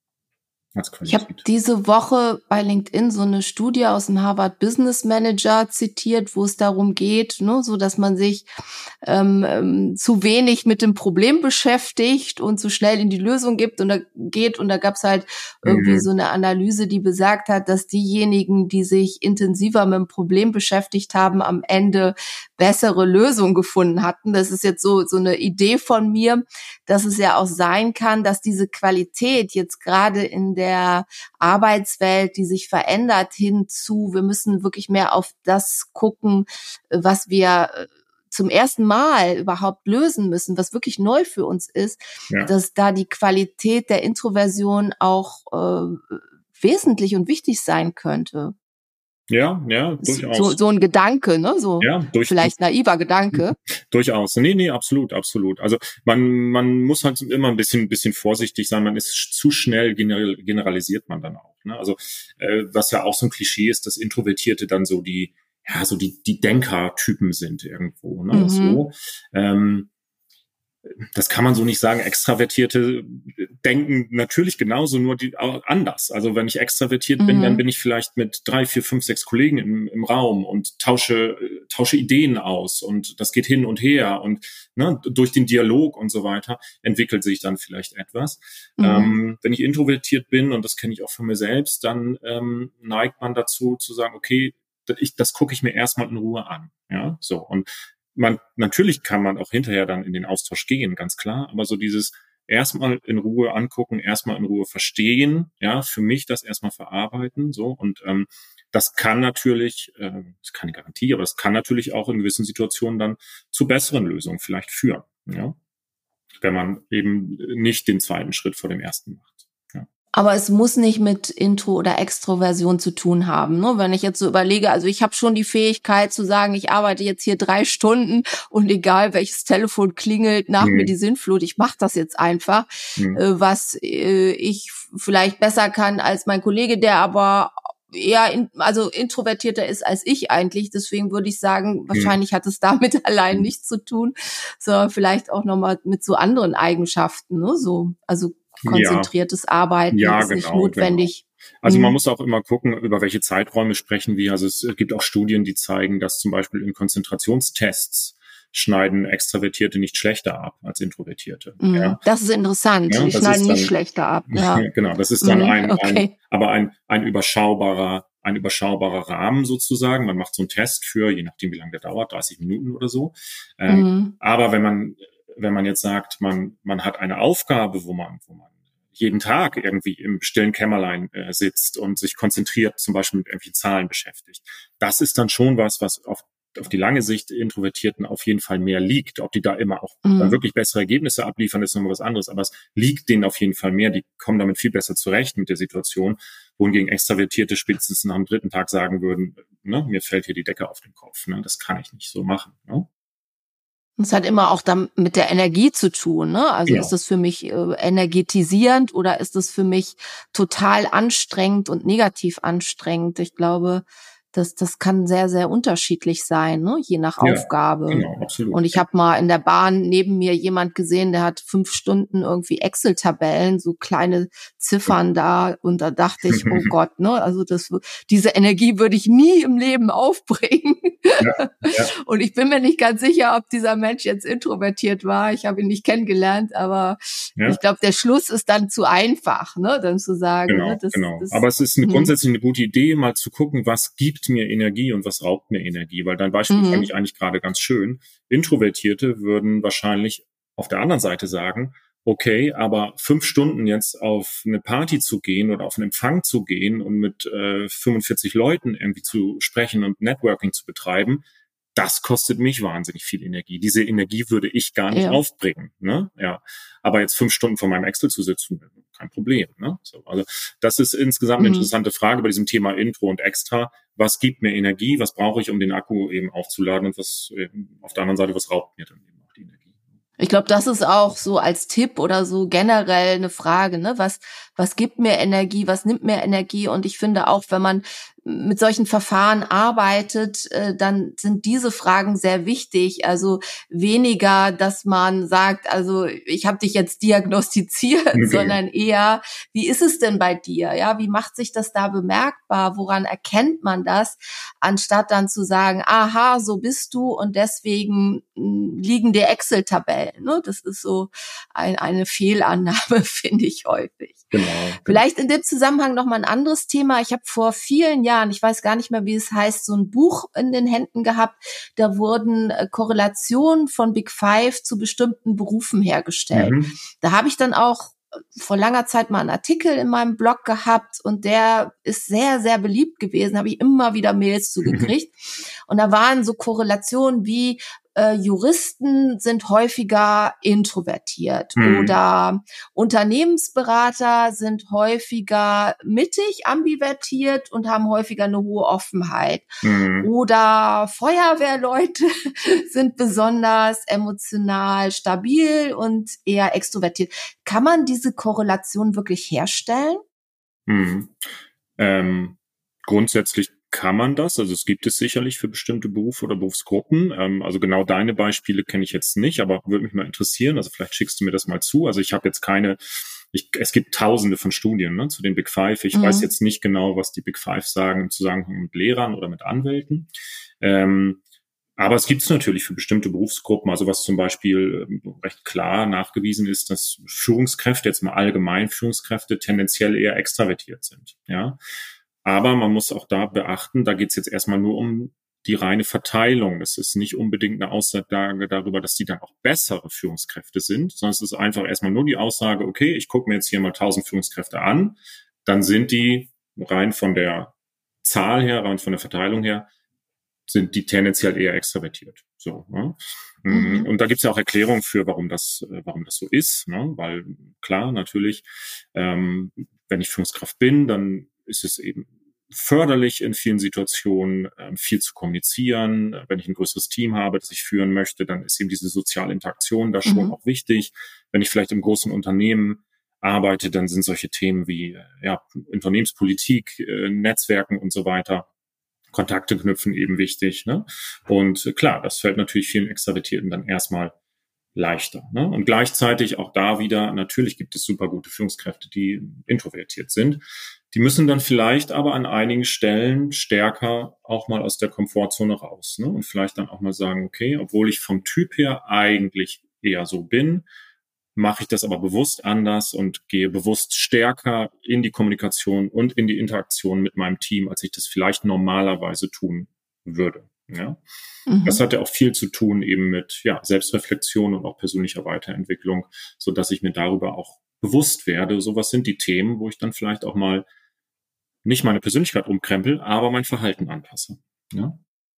Ich habe diese Woche bei LinkedIn so eine Studie aus dem Harvard Business Manager zitiert, wo es darum geht, ne, so dass man sich ähm, ähm, zu wenig mit dem Problem beschäftigt und zu schnell in die Lösung gibt und da geht und da gab es halt irgendwie mhm. so eine Analyse, die besagt hat, dass diejenigen, die sich intensiver mit dem Problem beschäftigt haben, am Ende bessere Lösungen gefunden hatten. Das ist jetzt so so eine Idee von mir, dass es ja auch sein kann, dass diese Qualität jetzt gerade in der der Arbeitswelt, die sich verändert, hinzu, wir müssen wirklich mehr auf das gucken, was wir zum ersten Mal überhaupt lösen müssen, was wirklich neu für uns ist, ja. dass da die Qualität der Introversion auch äh, wesentlich und wichtig sein könnte. Ja, ja, durchaus. So, so ein Gedanke, ne? So ja, durch, vielleicht naiver Gedanke. Durchaus. Nee, nee, absolut, absolut. Also man, man muss halt immer ein bisschen, bisschen vorsichtig sein. Man ist zu schnell general, generalisiert man dann auch. Ne? Also äh, was ja auch so ein Klischee ist, dass Introvertierte dann so die, ja, so die, die Denker-Typen sind irgendwo. Ne? Mhm. So. Ähm, das kann man so nicht sagen. Extravertierte denken natürlich genauso, nur die, anders. Also wenn ich extravertiert mhm. bin, dann bin ich vielleicht mit drei, vier, fünf, sechs Kollegen im, im Raum und tausche, tausche Ideen aus und das geht hin und her und ne, durch den Dialog und so weiter entwickelt sich dann vielleicht etwas. Mhm. Ähm, wenn ich introvertiert bin, und das kenne ich auch von mir selbst, dann ähm, neigt man dazu zu sagen, okay, ich, das gucke ich mir erstmal in Ruhe an. Ja, so. Und man, natürlich kann man auch hinterher dann in den Austausch gehen, ganz klar, aber so dieses erstmal in Ruhe angucken, erstmal in Ruhe verstehen, ja, für mich das erstmal verarbeiten, so, und ähm, Das kann natürlich, äh, das ist keine Garantie, aber das kann natürlich auch in gewissen Situationen dann zu besseren Lösungen vielleicht führen, ja, wenn man eben nicht den zweiten Schritt vor dem ersten macht. Ja. Aber es muss nicht mit Intro oder Extroversion zu tun haben. Ne? Wenn ich jetzt so überlege, also ich habe schon die Fähigkeit zu sagen, ich arbeite jetzt hier drei Stunden und egal welches Telefon klingelt, nach Mhm. mir die Sinnflut, ich mache das jetzt einfach, Mhm. äh, was äh, ich vielleicht besser kann als mein Kollege, der aber eher in, also introvertierter ist als ich eigentlich. Deswegen würde ich sagen, wahrscheinlich hat es damit allein Mhm. nichts zu tun, sondern vielleicht auch nochmal mit so anderen Eigenschaften. Ne? So, also konzentriertes Arbeiten Ja, ist nicht genau, notwendig. genau. Also man Mhm. muss auch immer gucken, über welche Zeiträume sprechen wir. Also es gibt auch Studien, die zeigen, dass zum Beispiel in Konzentrationstests schneiden Extravertierte nicht schlechter ab als Introvertierte. Mhm. Ja, Das ist interessant. ja Die das schneiden ist nicht dann, schlechter ab. Ja. genau, das ist dann Mhm. ein, ein, Okay. aber ein, ein überschaubarer, ein überschaubarer Rahmen sozusagen. Man macht so einen Test für, je nachdem wie lange der dauert, dreißig Minuten oder so. Ähm, Mhm. aber wenn man, wenn man jetzt sagt, man, man hat eine Aufgabe, wo man, wo man jeden Tag irgendwie im stillen Kämmerlein äh, sitzt und sich konzentriert, zum Beispiel mit irgendwelchen Zahlen beschäftigt. Das ist dann schon was, was auf, auf die lange Sicht Introvertierten auf jeden Fall mehr liegt. Ob die da immer auch dann Mhm. wirklich bessere Ergebnisse abliefern, ist nochmal was anderes. Aber es liegt denen auf jeden Fall mehr. Die kommen damit viel besser zurecht mit der Situation, wohingegen Extravertierte spätestens nach dem dritten Tag sagen würden, ne, mir fällt hier die Decke auf den Kopf. Ne, das kann ich nicht so machen. Ne? Es hat immer auch dann mit der Energie zu tun, ne? Also ist Genau. das für mich äh, energetisierend oder ist das für mich total anstrengend und negativ anstrengend? Ich glaube, das das kann sehr sehr unterschiedlich sein, ne? Je nach Ja, Aufgabe. genau, absolut. Und ich habe mal in der Bahn neben mir jemand gesehen, der hat fünf Stunden irgendwie Excel-Tabellen, so kleine Ziffern da, und da dachte ich, oh Gott, ne? Also das, diese Energie würde ich nie im Leben aufbringen. Ja, ja. Und ich bin mir nicht ganz sicher, ob dieser Mensch jetzt introvertiert war. Ich habe ihn nicht kennengelernt, aber Ja. ich glaube, der Schluss ist dann zu einfach, ne, dann zu sagen, Genau, ne, das, genau. das, Aber es ist eine, mh. grundsätzlich eine gute Idee, mal zu gucken, was gibt mir Energie und was raubt mir Energie. Weil dein Beispiel Mhm. fand ich eigentlich gerade ganz schön. Introvertierte würden wahrscheinlich auf der anderen Seite sagen, okay, aber fünf Stunden jetzt auf eine Party zu gehen oder auf einen Empfang zu gehen und mit äh, fünfundvierzig Leuten irgendwie zu sprechen und Networking zu betreiben, das kostet mich wahnsinnig viel Energie. Diese Energie würde ich gar nicht Ja. aufbringen. Ne? Ja. Aber jetzt fünf Stunden vor meinem Excel zu sitzen, kein Problem. Ne? So, also das ist insgesamt eine Mhm. interessante Frage bei diesem Thema Intro und Extra. Was gibt mir Energie? Was brauche ich, um den Akku eben aufzuladen? Und was eben auf der anderen Seite, was raubt mir dann eben auch die Energie? Ich glaube, das ist auch so als Tipp oder so generell eine Frage, ne? Was, was gibt mir Energie? Was nimmt mir Energie? Und ich finde auch, wenn man mit solchen Verfahren arbeitet, äh, dann sind diese Fragen sehr wichtig. Also weniger, dass man sagt, also ich habe dich jetzt diagnostiziert, Okay. sondern eher, wie ist es denn bei dir? Ja, wie macht sich das da bemerkbar? Woran erkennt man das? Anstatt dann zu sagen, aha, so bist du und deswegen mh, liegen dir Excel-Tabellen. Ne? Das ist so ein, eine Fehlannahme, finde ich häufig. Genau, genau. Vielleicht in dem Zusammenhang noch mal ein anderes Thema. Ich habe vor vielen Jahren, ich weiß gar nicht mehr, wie es heißt, so ein Buch in den Händen gehabt. Da wurden äh, Korrelationen von Big Five zu bestimmten Berufen hergestellt. Mhm. Da habe ich dann auch vor langer Zeit mal einen Artikel in meinem Blog gehabt und der ist sehr, sehr beliebt gewesen, habe ich immer wieder Mails zugekriegt. Und da waren so Korrelationen wie äh, Juristen sind häufiger introvertiert Mhm. oder Unternehmensberater sind häufiger mittig, ambivertiert und haben häufiger eine hohe Offenheit. Mhm. Oder Feuerwehrleute sind besonders emotional stabil und eher extrovertiert. Kann man diese Korrelation wirklich herstellen? Mhm. Ähm, grundsätzlich kann man das, also es gibt es sicherlich für bestimmte Berufe oder Berufsgruppen. Ähm, also genau deine Beispiele kenne ich jetzt nicht, aber würde mich mal interessieren. Also vielleicht schickst du mir das mal zu. Also ich habe jetzt keine, ich, es gibt tausende von Studien ne, zu den Big Five. Ich Mhm. weiß jetzt nicht genau, was die Big Five sagen im Zusammenhang mit Lehrern oder mit Anwälten. Ähm, aber es gibt es natürlich für bestimmte Berufsgruppen, also was zum Beispiel ähm, recht klar nachgewiesen ist, dass Führungskräfte, jetzt mal allgemein Führungskräfte, tendenziell eher extravertiert sind. Ja, aber man muss auch da beachten, da geht es jetzt erstmal nur um die reine Verteilung. Es ist nicht unbedingt eine Aussage darüber, dass die dann auch bessere Führungskräfte sind, sondern es ist einfach erstmal nur die Aussage, okay, ich gucke mir jetzt hier mal tausend Führungskräfte an, dann sind die rein von der Zahl her, rein von der Verteilung her, sind die tendenziell eher extravertiert. So, ne? Mhm. Und da gibt's ja auch Erklärungen für, warum das, warum das so ist, ne? Weil klar, natürlich, ähm, wenn ich Führungskraft bin, dann ist es eben förderlich in vielen Situationen, ähm, viel zu kommunizieren. Wenn ich ein größeres Team habe, das ich führen möchte, dann ist eben diese soziale Interaktion da schon Mhm. auch wichtig. Wenn ich vielleicht im großen Unternehmen arbeite, dann sind solche Themen wie ja, Unternehmenspolitik, äh, Netzwerken und so weiter, Kontakte knüpfen eben wichtig. Ne? Und klar, das fällt natürlich vielen Extravertierten dann erstmal leichter. Ne? Und gleichzeitig auch da wieder, natürlich gibt es super gute Führungskräfte, die introvertiert sind. Die müssen dann vielleicht aber an einigen Stellen stärker auch mal aus der Komfortzone raus. Ne? Und vielleicht dann auch mal sagen, okay, obwohl ich vom Typ her eigentlich eher so bin, mache ich das aber bewusst anders und gehe bewusst stärker in die Kommunikation und in die Interaktion mit meinem Team, als ich das vielleicht normalerweise tun würde. Ja? Mhm. Das hat ja auch viel zu tun eben mit ja, Selbstreflexion und auch persönlicher Weiterentwicklung, so dass ich mir darüber auch bewusst werde. So was sind die Themen, wo ich dann vielleicht auch mal nicht meine Persönlichkeit umkrempel, aber mein Verhalten anpasse. Ja?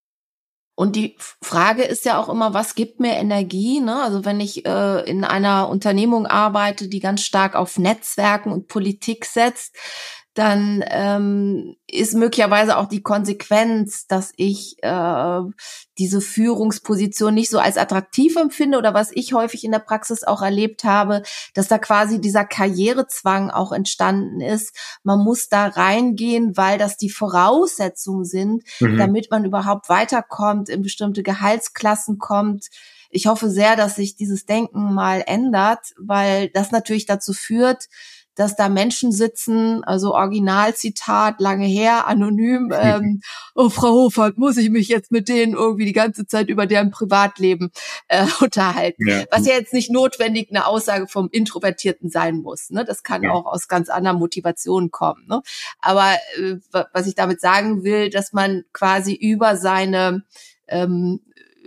Und die Frage ist ja auch immer, was gibt mir Energie? Ne? Also wenn ich äh, in einer Unternehmung arbeite, die ganz stark auf Netzwerken und Politik setzt, dann ähm, ist möglicherweise auch die Konsequenz, dass ich äh, diese Führungsposition nicht so als attraktiv empfinde oder was ich häufig in der Praxis auch erlebt habe, dass da quasi dieser Karrierezwang auch entstanden ist. Man muss da reingehen, weil das die Voraussetzungen sind, mhm. damit man überhaupt weiterkommt, in bestimmte Gehaltsklassen kommt. Ich hoffe sehr, dass sich dieses Denken mal ändert, weil das natürlich dazu führt, dass da Menschen sitzen, also Originalzitat, lange her, anonym, ähm, oh, Frau Hofert, muss ich mich jetzt mit denen irgendwie die ganze Zeit über deren Privatleben äh, unterhalten. Ja. Was ja jetzt nicht notwendig eine Aussage vom Introvertierten sein muss. Ne? Das kann ja auch aus ganz anderen Motivationen kommen. Ne? Aber äh, was ich damit sagen will, dass man quasi über seine ähm,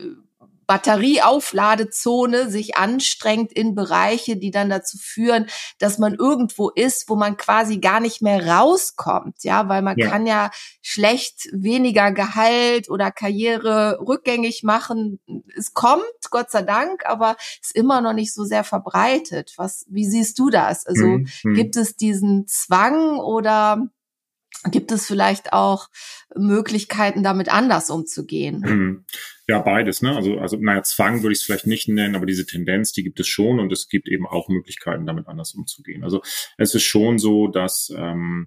Batterieaufladezone sich anstrengt in Bereiche, die dann dazu führen, dass man irgendwo ist, wo man quasi gar nicht mehr rauskommt, ja, weil man ja. kann ja schlecht weniger Gehalt oder Karriere rückgängig machen. Es kommt, Gott sei Dank, aber ist immer noch nicht so sehr verbreitet. Was, wie siehst du das? Also mhm. gibt es diesen Zwang oder gibt es vielleicht auch Möglichkeiten, damit anders umzugehen? Ja, beides, ne? Also, also, naja, Zwang würde ich es vielleicht nicht nennen, aber diese Tendenz, die gibt es schon und es gibt eben auch Möglichkeiten, damit anders umzugehen. Also, es ist schon so, dass, ähm,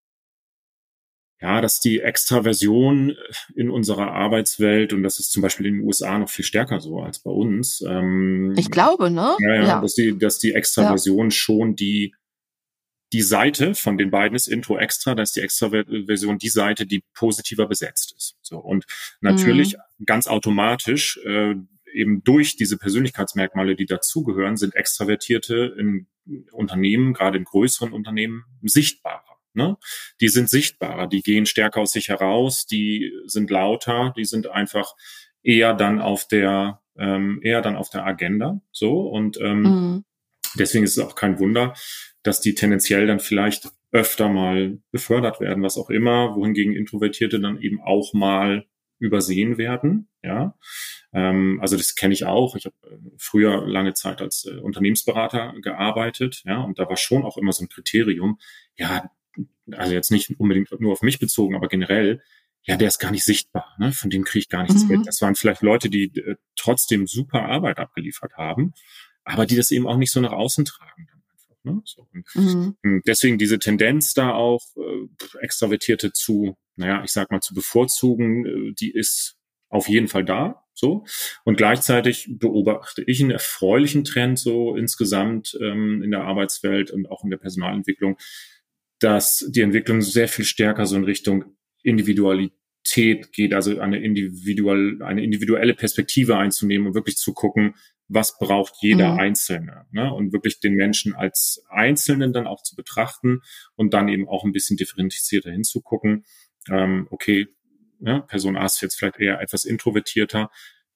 ja, dass die Extraversion in unserer Arbeitswelt, und das ist zum Beispiel in den U S A noch viel stärker so als bei uns. Ähm, ich glaube, ne? Ja, ja, ja. Dass die, dass die Extraversion ja. schon die Die Seite von den beiden ist Intro-Extra, da ist die Extra-Version die Seite, die positiver besetzt ist. So, und natürlich mhm. ganz automatisch, äh, eben durch diese Persönlichkeitsmerkmale, die dazugehören, sind Extravertierte in Unternehmen, gerade in größeren Unternehmen, sichtbarer. Ne? Die sind sichtbarer, die gehen stärker aus sich heraus, die sind lauter, die sind einfach eher dann auf der, ähm, eher dann auf der Agenda. So, und ähm, mhm. deswegen ist es auch kein Wunder, dass die tendenziell dann vielleicht öfter mal befördert werden, was auch immer, wohingegen Introvertierte dann eben auch mal übersehen werden. Ja, ähm, also das kenne ich auch. Ich habe früher lange Zeit als äh, Unternehmensberater gearbeitet, ja, und da war schon auch immer so ein Kriterium. Ja, also jetzt nicht unbedingt nur auf mich bezogen, aber generell. Ja, der ist gar nicht sichtbar. Ne? Von dem kriege ich gar nichts mhm. mit. Das waren vielleicht Leute, die äh, trotzdem super Arbeit abgeliefert haben, aber die das eben auch nicht so nach außen tragen. Ne? So. Mhm. Deswegen diese Tendenz da auch äh, Extravertierte zu, naja, ich sag mal zu bevorzugen, äh, die ist auf jeden Fall da. So, und gleichzeitig beobachte ich einen erfreulichen Trend so insgesamt ähm, in der Arbeitswelt und auch in der Personalentwicklung, dass die Entwicklung sehr viel stärker so in Richtung Individualität geht, also eine individuell, eine individuelle Perspektive einzunehmen und wirklich zu gucken, was braucht jeder mhm. Einzelne, ne? Und wirklich den Menschen als Einzelnen dann auch zu betrachten und dann eben auch ein bisschen differenzierter hinzugucken. Ähm, okay, ja, Person A ist jetzt vielleicht eher etwas introvertierter.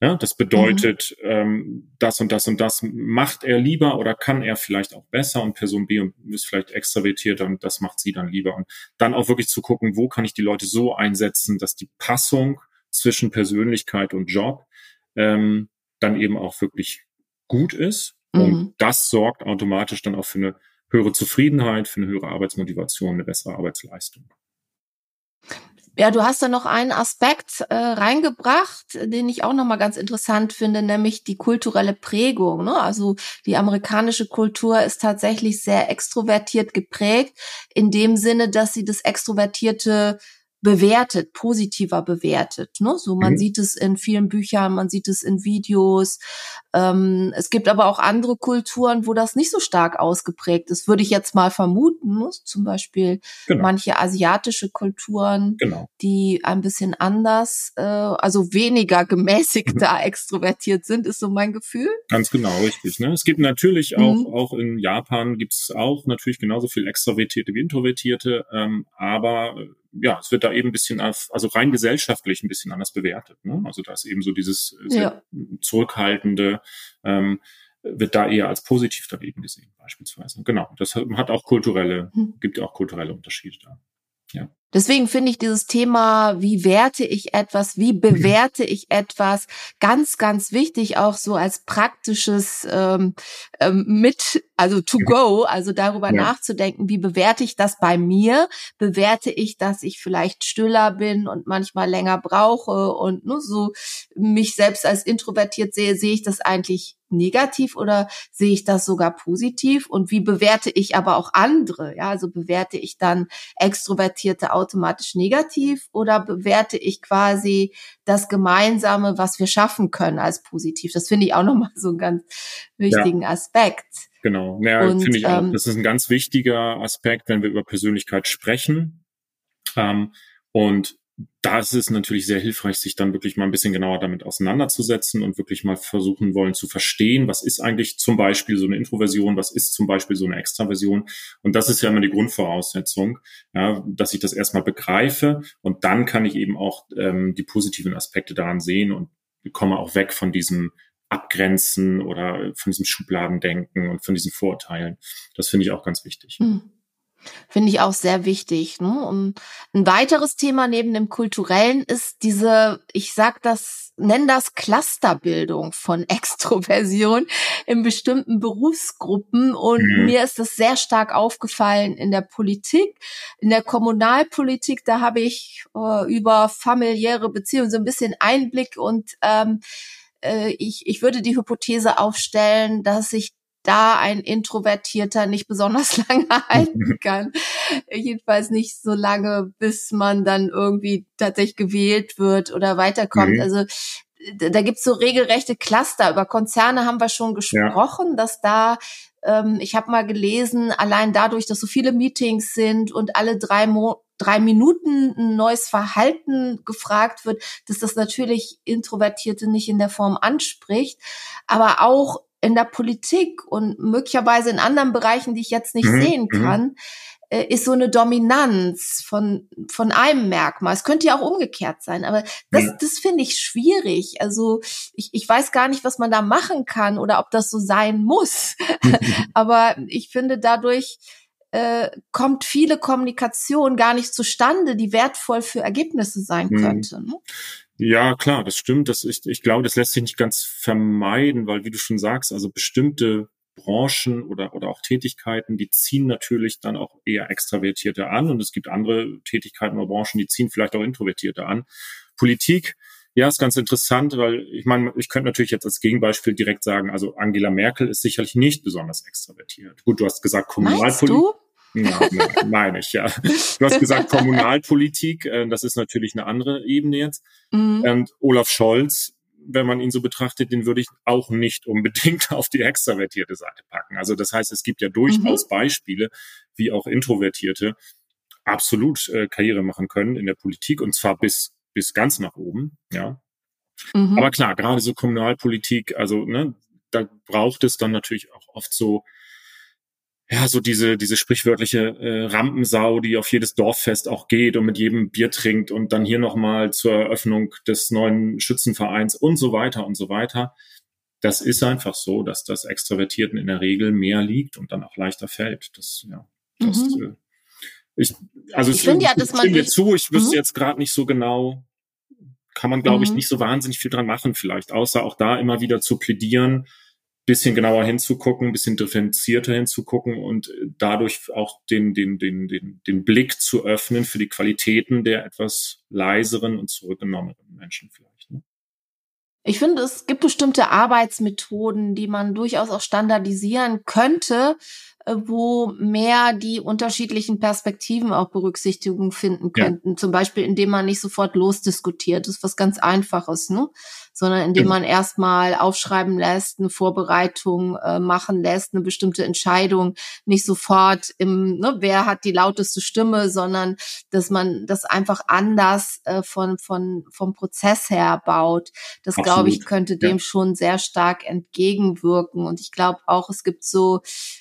Ja, das bedeutet, mhm. ähm, das und das und das macht er lieber oder kann er vielleicht auch besser und Person B ist vielleicht extravertierter und das macht sie dann lieber. Und dann auch wirklich zu gucken, wo kann ich die Leute so einsetzen, dass die Passung zwischen Persönlichkeit und Job ähm, dann eben auch wirklich gut ist. Mhm. Und das sorgt automatisch dann auch für eine höhere Zufriedenheit, für eine höhere Arbeitsmotivation, eine bessere Arbeitsleistung. Ja, du hast da noch einen Aspekt äh, reingebracht, den ich auch nochmal ganz interessant finde, nämlich die kulturelle Prägung. Ne? Also die amerikanische Kultur ist tatsächlich sehr extrovertiert geprägt, in dem Sinne, dass sie das Extrovertierte bewertet, positiver bewertet. Ne? So, man mhm. sieht es in vielen Büchern, man sieht es in Videos. Ähm, es gibt aber auch andere Kulturen, wo das nicht so stark ausgeprägt ist, würde ich jetzt mal vermuten. Ne? Zum Beispiel genau. manche asiatische Kulturen, genau. die ein bisschen anders, äh, also weniger gemäßigter mhm. extrovertiert sind, ist so mein Gefühl. Ganz genau, richtig. Ne? Es gibt natürlich auch, mhm. auch in Japan gibt es auch natürlich genauso viel Extrovertierte wie Introvertierte, ähm, aber ja, es wird da eben ein bisschen, auf, also rein gesellschaftlich ein bisschen anders bewertet. Ne? Also da ist eben so dieses ja. zurückhaltende, ähm, wird da eher als positiv dann eben gesehen, beispielsweise. Genau, das hat auch kulturelle, hm. gibt auch kulturelle Unterschiede da. Ja. Deswegen finde ich dieses Thema, wie werte ich etwas, wie bewerte ich etwas, ganz, ganz wichtig, auch so als praktisches ähm, ähm, mit, also to go, also darüber ja. nachzudenken, wie bewerte ich das bei mir? Bewerte ich, dass ich vielleicht stiller bin und manchmal länger brauche und nur so mich selbst als introvertiert sehe, sehe ich das eigentlich negativ oder sehe ich das sogar positiv? Und wie bewerte ich aber auch andere? Ja, also bewerte ich dann Extrovertierte automatisch negativ oder bewerte ich quasi das Gemeinsame, was wir schaffen können, als positiv? Das finde ich auch nochmal so einen ganz wichtigen ja. Aspekt. Genau, ja, finde ich auch. Das ist ein ganz wichtiger Aspekt, wenn wir über Persönlichkeit sprechen. Ähm, und da ist es natürlich sehr hilfreich, sich dann wirklich mal ein bisschen genauer damit auseinanderzusetzen und wirklich mal versuchen wollen zu verstehen, was ist eigentlich zum Beispiel so eine Introversion, was ist zum Beispiel so eine Extraversion. Und das ist ja immer die Grundvoraussetzung, ja, dass ich das erstmal begreife und dann kann ich eben auch ähm, die positiven Aspekte daran sehen und komme auch weg von diesem Abgrenzen oder von diesem Schubladendenken und von diesen Vorurteilen. Das finde ich auch ganz wichtig. Mhm. Finde ich auch sehr wichtig. Ne? Und ein weiteres Thema neben dem Kulturellen ist diese, ich sag das, nenn das Clusterbildung von Extroversion in bestimmten Berufsgruppen. Und mhm. mir ist das sehr stark aufgefallen in der Politik, in der Kommunalpolitik. Da habe ich äh, über familiäre Beziehungen so ein bisschen Einblick und ähm, äh, ich, ich würde die Hypothese aufstellen, dass sich da ein Introvertierter nicht besonders lange halten kann. Jedenfalls nicht so lange, bis man dann irgendwie tatsächlich gewählt wird oder weiterkommt. Mhm. Also da gibt's so regelrechte Cluster. Über Konzerne haben wir schon gesprochen, ja. dass da, ähm, ich habe mal gelesen, allein dadurch, dass so viele Meetings sind und alle drei Mo- drei Minuten ein neues Verhalten gefragt wird, dass das natürlich Introvertierte nicht in der Form anspricht, aber auch in der Politik und möglicherweise in anderen Bereichen, die ich jetzt nicht mhm, sehen kann, äh, ist so eine Dominanz von von einem Merkmal. Es könnte ja auch umgekehrt sein, aber das, ja. das finde ich schwierig. Also ich, ich weiß gar nicht, was man da machen kann oder ob das so sein muss. Aber ich finde, dadurch äh, kommt viele Kommunikation gar nicht zustande, die wertvoll für Ergebnisse sein mhm. könnte. Ne? Ja, klar, das stimmt. Das ich, ich glaube, das lässt sich nicht ganz vermeiden, weil, wie du schon sagst, also bestimmte Branchen oder oder auch Tätigkeiten, die ziehen natürlich dann auch eher Extravertierte an und es gibt andere Tätigkeiten oder Branchen, die ziehen vielleicht auch Introvertierte an. Politik, ja, ist ganz interessant, weil ich meine, ich könnte natürlich jetzt als Gegenbeispiel direkt sagen, also Angela Merkel ist sicherlich nicht besonders extravertiert. Gut, du hast gesagt Kommunalpolitik. Ja, meine ich, ja. Du hast gesagt Kommunalpolitik, äh, das ist natürlich eine andere Ebene jetzt. Mhm. Und Olaf Scholz, wenn man ihn so betrachtet, den würde ich auch nicht unbedingt auf die extravertierte Seite packen. Also das heißt, es gibt ja durchaus mhm. Beispiele, wie auch Introvertierte absolut äh, Karriere machen können in der Politik und zwar bis bis ganz nach oben, ja. Mhm. Aber klar, gerade so Kommunalpolitik, also ne, da braucht es dann natürlich auch oft so ja, so diese diese sprichwörtliche äh, Rampensau, die auf jedes Dorffest auch geht und mit jedem Bier trinkt und dann hier nochmal zur Eröffnung des neuen Schützenvereins und so weiter und so weiter. Das ist einfach so, dass das Extrovertierten in der Regel mehr liegt und dann auch leichter fällt. Das, ja, das, Mhm. äh, ich, also Ich ich, finde ja, ich dass man stimme dir durch, zu, ich wüsste mhm. jetzt gerade nicht so genau, kann man, glaube ich, Mhm. nicht so wahnsinnig viel dran machen vielleicht, außer auch da immer wieder zu plädieren, bisschen genauer hinzugucken, bisschen differenzierter hinzugucken und dadurch auch den, den, den, den, den Blick zu öffnen für die Qualitäten der etwas leiseren und zurückgenommeneren Menschen vielleicht. Ne? Ich finde, es gibt bestimmte Arbeitsmethoden, die man durchaus auch standardisieren könnte, äh, wo mehr die unterschiedlichen Perspektiven auch Berücksichtigung finden Ja, könnten. Zum Beispiel, indem man nicht sofort losdiskutiert. Das ist was ganz Einfaches, ne? Sondern indem genau. man erstmal aufschreiben lässt, eine Vorbereitung äh, machen lässt, eine bestimmte Entscheidung, nicht sofort im, ne, wer hat die lauteste Stimme, sondern dass man das einfach anders äh, von, von, vom Prozess her baut. Das, glaube ich, Absolut. könnte Ja. dem schon sehr stark entgegenwirken. Und ich glaube auch, es gibt so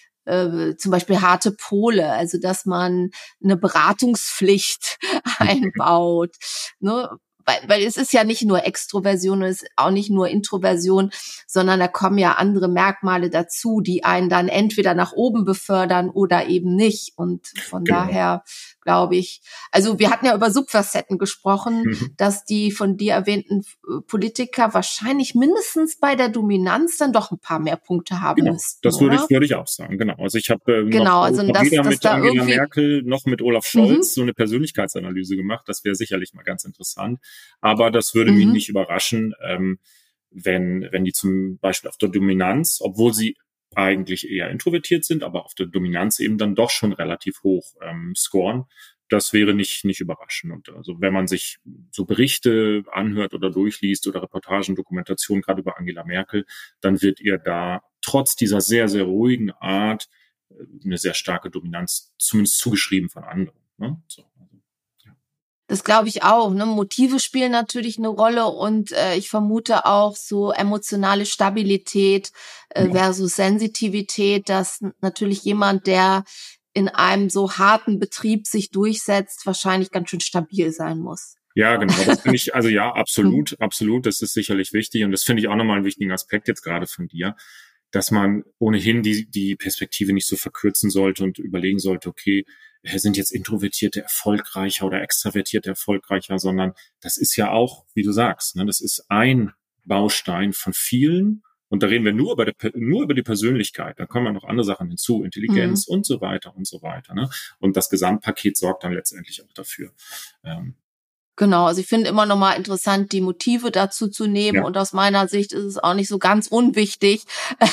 äh, zum Beispiel harte Pole, also dass man eine Beratungspflicht einbaut, ne? Weil, weil es ist ja nicht nur Extroversion, es ist auch nicht nur Introversion, sondern da kommen ja andere Merkmale dazu, die einen dann entweder nach oben befördern oder eben nicht. Und von Genau. daher glaube ich, also wir hatten ja über Subfacetten gesprochen, Mhm. dass die von dir erwähnten Politiker wahrscheinlich mindestens bei der Dominanz dann doch ein paar mehr Punkte haben Genau, müssten, das würde oder? ich, würde ich auch sagen, genau. Also ich habe äh, noch Genau, also dass, weder dass mit da Angela irgendwie, Merkel noch mit Olaf mhm, Scholz so eine Persönlichkeitsanalyse gemacht. Das wäre sicherlich mal ganz interessant. Aber das würde mich mhm, nicht überraschen, ähm, wenn, wenn die zum Beispiel auf der Dominanz, obwohl sie eigentlich eher introvertiert sind, aber auf der Dominanz eben dann doch schon relativ hoch ähm, scoren. Das wäre nicht, nicht überraschend. Und also wenn man sich so Berichte anhört oder durchliest oder Reportagen, Dokumentationen gerade über Angela Merkel, dann wird ihr da trotz dieser sehr, sehr ruhigen Art äh, eine sehr starke Dominanz zumindest zugeschrieben von anderen. Ne? So, also, ja. das glaube ich auch. Ne? Motive spielen natürlich eine Rolle und äh, ich vermute auch so emotionale Stabilität äh, Genau. versus Sensitivität, dass natürlich jemand, der in einem so harten Betrieb sich durchsetzt, wahrscheinlich ganz schön stabil sein muss. Ja, genau. Das finde ich, also ja, Mhm. absolut, absolut. Das ist sicherlich wichtig. Und das finde ich auch nochmal einen wichtigen Aspekt jetzt gerade von dir, dass man ohnehin die, die Perspektive nicht so verkürzen sollte und überlegen sollte, okay, sind jetzt Introvertierte erfolgreicher oder Extravertierte erfolgreicher, sondern das ist ja auch, wie du sagst, ne, das ist ein Baustein von vielen. Und da reden wir nur über, die, nur über die Persönlichkeit. Da kommen ja noch andere Sachen hinzu, Mhm. Intelligenz und so weiter und so weiter. Ne? Und das Gesamtpaket sorgt dann letztendlich auch dafür. Ähm, Genau, also ich finde immer noch mal interessant, die Motive dazu zu nehmen. ja, Und aus meiner Sicht ist es auch nicht so ganz unwichtig,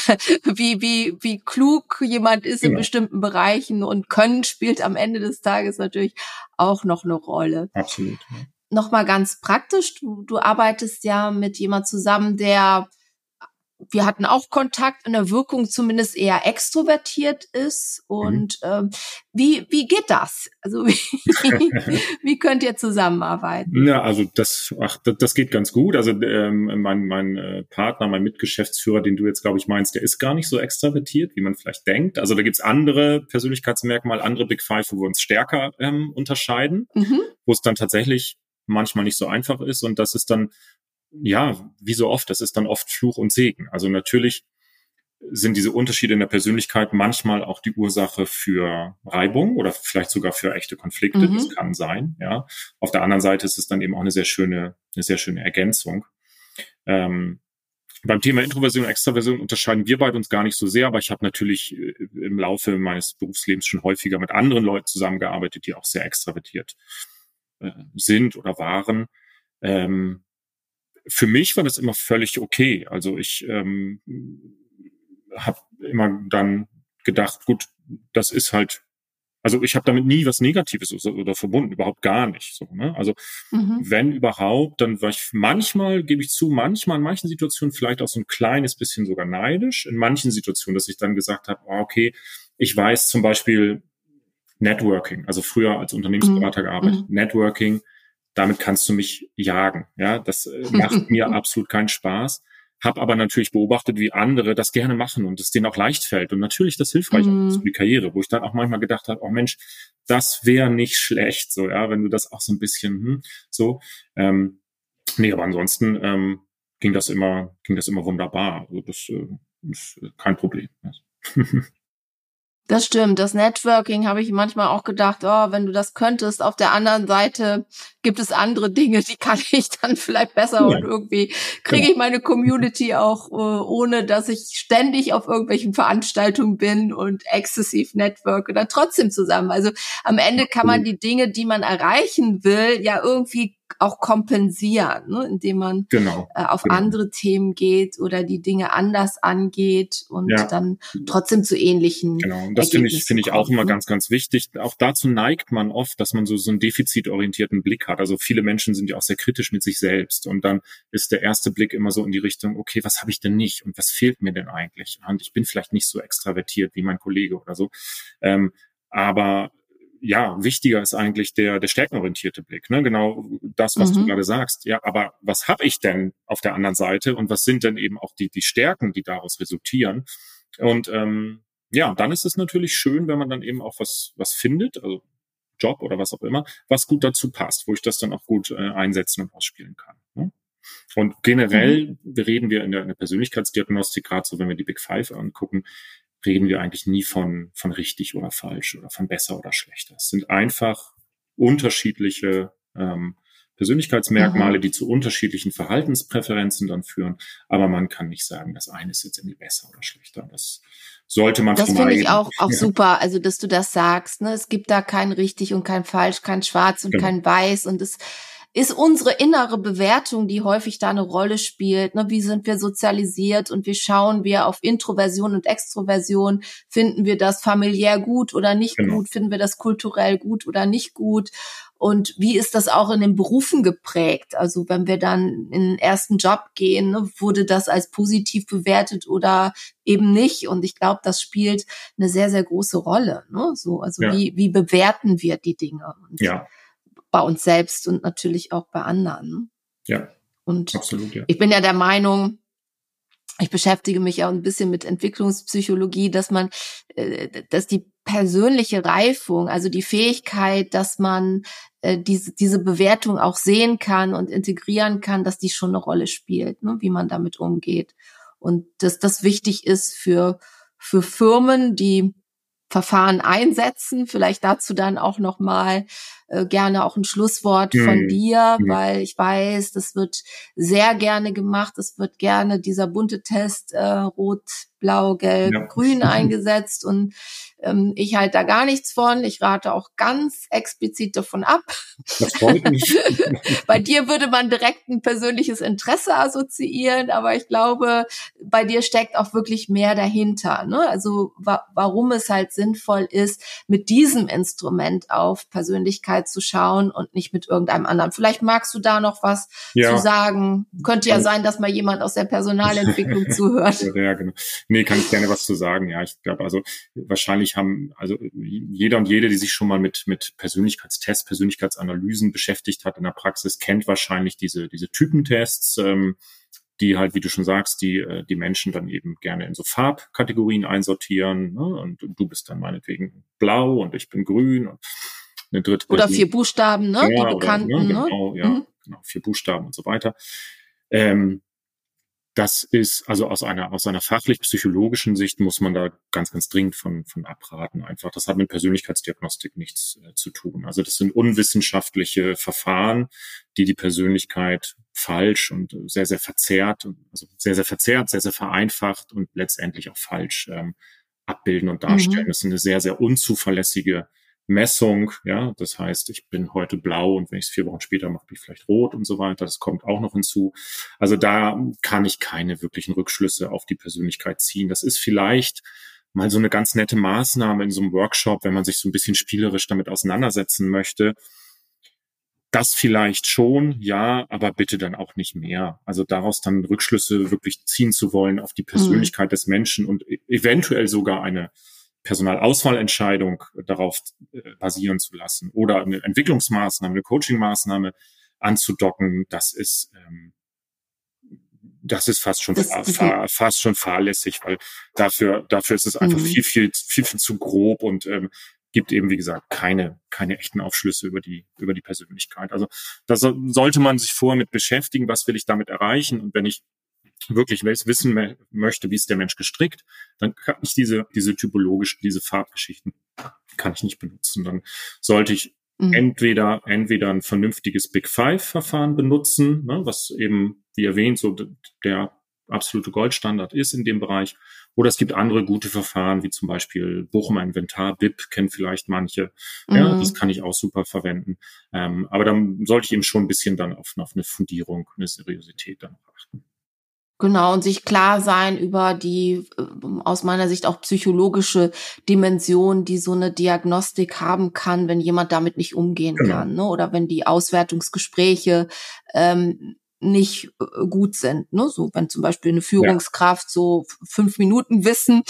wie, wie, wie klug jemand ist in genau, bestimmten Bereichen. Und Können spielt am Ende des Tages natürlich auch noch eine Rolle. absolut. Ja. Noch mal ganz praktisch, du, du arbeitest ja mit jemand zusammen, der, wir hatten auch Kontakt, in der Wirkung zumindest eher extrovertiert ist. Mhm. Und ähm, wie, wie geht das? Also wie, wie könnt ihr zusammenarbeiten? Ja, also das, ach, das, das geht ganz gut. Also ähm, mein, mein äh, Partner, mein Mitgeschäftsführer, den du jetzt, glaube ich, meinst, der ist gar nicht so extravertiert, wie man vielleicht denkt. Also da gibt's andere Persönlichkeitsmerkmale, andere Big Five, wo wir uns stärker ähm, unterscheiden, Mhm. wo es dann tatsächlich manchmal nicht so einfach ist. Und das ist dann, ja, wie so oft, das ist dann oft Fluch und Segen. Also natürlich sind diese Unterschiede in der Persönlichkeit manchmal auch die Ursache für Reibung oder vielleicht sogar für echte Konflikte. Das Mhm. kann sein, ja. Auf der anderen Seite ist es dann eben auch eine sehr schöne, eine sehr schöne Ergänzung. Ähm, beim Thema Introversion und Extraversion unterscheiden wir beide uns gar nicht so sehr, aber ich habe natürlich im Laufe meines Berufslebens schon häufiger mit anderen Leuten zusammengearbeitet, die auch sehr extravertiert äh, sind oder waren. Ähm, für mich war das immer völlig okay. Also ich ähm, habe immer dann gedacht, gut, das ist halt, also ich habe damit nie was Negatives oder, oder verbunden, überhaupt gar nicht. So, ne? Also Mhm. wenn überhaupt, dann war ich manchmal, gebe ich zu, manchmal in manchen Situationen vielleicht auch so ein kleines bisschen sogar neidisch. In manchen Situationen, dass ich dann gesagt habe, oh, okay, ich weiß zum Beispiel Networking, also früher als Mhm. Unternehmensberater gearbeitet, Mhm. Networking, damit kannst du mich jagen. Ja, das äh, macht mir absolut keinen Spaß. habe aber natürlich beobachtet, wie andere das gerne machen und es denen auch leicht fällt und natürlich das hilfreich Mhm. ist für die Karriere, wo ich dann auch manchmal gedacht habe, oh Mensch, das wäre nicht schlecht, so, ja, wenn du das auch so ein bisschen, hm, so, ähm, nee, aber ansonsten ähm, ging das immer, ging das immer wunderbar, also das äh, ist kein Problem. Das stimmt. Das Networking habe ich manchmal auch gedacht, oh, wenn du das könntest. Auf der anderen Seite gibt es andere Dinge, die kann ich dann vielleicht besser Ja, und irgendwie kriege genau. ich meine Community auch, äh, ohne dass ich ständig auf irgendwelchen Veranstaltungen bin und exzessiv networke, dann trotzdem zusammen. Also am Ende kann man die Dinge, die man erreichen will, ja irgendwie auch kompensieren, ne? Indem man Genau, äh, auf genau. andere Themen geht oder die Dinge anders angeht und Ja. dann trotzdem zu ähnlichen Genau, und das finde ich, Ergebnissen finde ich auch kommt, immer ne? ganz, ganz wichtig. Auch dazu neigt man oft, dass man so, so einen defizitorientierten Blick hat. Also viele Menschen sind ja auch sehr kritisch mit sich selbst. Und dann ist der erste Blick immer so in die Richtung, okay, was habe ich denn nicht? Und was fehlt mir denn eigentlich? Und ich bin vielleicht nicht so extravertiert wie mein Kollege oder so. Ähm, aber ja, wichtiger ist eigentlich der, der stärkenorientierte Blick. Ne? Genau das, was du Mhm. gerade sagst. Ja, aber was habe ich denn auf der anderen Seite? Und was sind denn eben auch die, die Stärken, die daraus resultieren? Und ähm, ja, dann ist es natürlich schön, wenn man dann eben auch was, was findet, also Job oder was auch immer, was gut dazu passt, wo ich das dann auch gut äh, einsetzen und ausspielen kann. Ne? Und generell Mhm. reden wir in der, in der Persönlichkeitsdiagnostik, gerade so, wenn wir die Big Five angucken, reden wir eigentlich nie von, von richtig oder falsch oder von besser oder schlechter. Es sind einfach unterschiedliche ähm, Persönlichkeitsmerkmale, Mhm. die zu unterschiedlichen Verhaltenspräferenzen dann führen. Aber man kann nicht sagen, das eine ist jetzt irgendwie besser oder schlechter. Das sollte man Das finde ich vermeiden. auch, auch Ja, super, also dass du das sagst, ne? Es gibt da kein richtig und kein falsch, kein schwarz und genau. kein weiß und es ist unsere innere Bewertung, die häufig da eine Rolle spielt, ne? Wie sind wir sozialisiert und wie schauen wir auf Introversion und Extroversion? Finden wir das familiär gut oder nicht Genau. gut? Finden wir das kulturell gut oder nicht gut? Und wie ist das auch in den Berufen geprägt? Also wenn wir dann in den ersten Job gehen, ne, wurde das als positiv bewertet oder eben nicht? Und ich glaube, das spielt eine sehr, sehr große Rolle. Ne? So, also Ja, wie, wie bewerten wir die Dinge? Und ja, bei uns selbst und natürlich auch bei anderen. Ne? ja, Und absolut, ja. ich bin ja der Meinung, ich beschäftige mich ja ein bisschen mit Entwicklungspsychologie, dass man, äh, dass die persönliche Reifung, also die Fähigkeit, dass man äh, diese, diese Bewertung auch sehen kann und integrieren kann, dass die schon eine Rolle spielt, ne, wie man damit umgeht. Und dass das wichtig ist für, für Firmen, die Verfahren einsetzen. Vielleicht dazu dann auch noch mal äh, gerne auch ein Schlusswort von Hm, dir, hm, weil ich weiß, das wird sehr gerne gemacht. Es wird gerne dieser bunte Test äh, rot, blau, gelb, ja, grün eingesetzt und ähm, ich halte da gar nichts von. Ich rate auch ganz explizit davon ab. das freut mich. Bei dir würde man direkt ein persönliches Interesse assoziieren, aber ich glaube, bei dir steckt auch wirklich mehr dahinter, ne? Also wa- warum es halt sinnvoll ist, mit diesem Instrument auf Persönlichkeit zu schauen und nicht mit irgendeinem anderen. Vielleicht magst du da noch was zu Ja, sagen. Könnte ja also sein, dass mal jemand aus der Personalentwicklung zuhört. ja, genau. Nee, kann ich gerne was zu sagen. Ja, ich glaube, also wahrscheinlich haben also jeder und jede, die sich schon mal mit mit Persönlichkeitstests, Persönlichkeitsanalysen beschäftigt hat in der Praxis, kennt wahrscheinlich diese diese Typentests, ähm, die halt, wie du schon sagst, die äh, die Menschen dann eben gerne in so Farbkategorien einsortieren. Ne? Und du bist dann meinetwegen blau und ich bin grün und eine dritte Oder Person. vier Buchstaben, ne? Die Ja, oder ne, bekannten, ne? genau, ja, Mhm. genau, vier Buchstaben und so weiter. Ähm, Das ist also aus einer aus einer fachlich-psychologischen Sicht muss man da ganz, ganz dringend von von abraten einfach. Das hat mit Persönlichkeitsdiagnostik nichts äh, zu tun. Also das sind unwissenschaftliche Verfahren, die die Persönlichkeit falsch und sehr, sehr verzerrt, also sehr, sehr verzerrt, sehr, sehr vereinfacht und letztendlich auch falsch ähm, abbilden und darstellen. Mhm. Das ist eine sehr, sehr unzuverlässige Messung, ja, das heißt, ich bin heute blau und wenn ich es vier Wochen später mache, bin ich vielleicht rot und so weiter. Das kommt auch noch hinzu. Also da kann ich keine wirklichen Rückschlüsse auf die Persönlichkeit ziehen. Das ist vielleicht mal so eine ganz nette Maßnahme in so einem Workshop, wenn man sich so ein bisschen spielerisch damit auseinandersetzen möchte. Das vielleicht schon, ja, aber bitte dann auch nicht mehr. Also daraus dann Rückschlüsse wirklich ziehen zu wollen auf die Mhm. Persönlichkeit des Menschen und eventuell sogar eine Personalauswahlentscheidung darauf äh, basieren zu lassen oder eine Entwicklungsmaßnahme, eine Coachingmaßnahme anzudocken, das ist ähm, das ist fast schon Das, fa fa fast schon fahrlässig, weil dafür dafür ist es einfach mhm. viel viel viel viel zu grob und ähm, gibt eben, wie gesagt, keine keine echten Aufschlüsse über die über die Persönlichkeit. Also da so, sollte man sich vorher mit beschäftigen, was will ich damit erreichen, und wenn ich wirklich wissen me- möchte, wie ist der Mensch gestrickt, dann kann ich diese diese typologischen, diese Farbgeschichten kann ich nicht benutzen. Dann sollte ich Mhm. entweder entweder ein vernünftiges Big Five Verfahren benutzen, ne, was eben wie erwähnt so d- der absolute Goldstandard ist in dem Bereich. Oder es gibt andere gute Verfahren, wie zum Beispiel Bochumer Inventar, B I P, kennen vielleicht manche. Ja, das Mhm. kann ich auch super verwenden. Ähm, aber dann sollte ich eben schon ein bisschen dann auf, auf eine Fundierung, eine Seriosität dann noch achten. Genau, und sich klar sein über die äh, aus meiner Sicht auch psychologische Dimension, die so eine Diagnostik haben kann, wenn jemand damit nicht umgehen Genau. kann, ne? Oder wenn die Auswertungsgespräche ähm, nicht äh, gut sind, ne? So, wenn zum Beispiel eine Ja, Führungskraft so f- fünf Minuten Wissen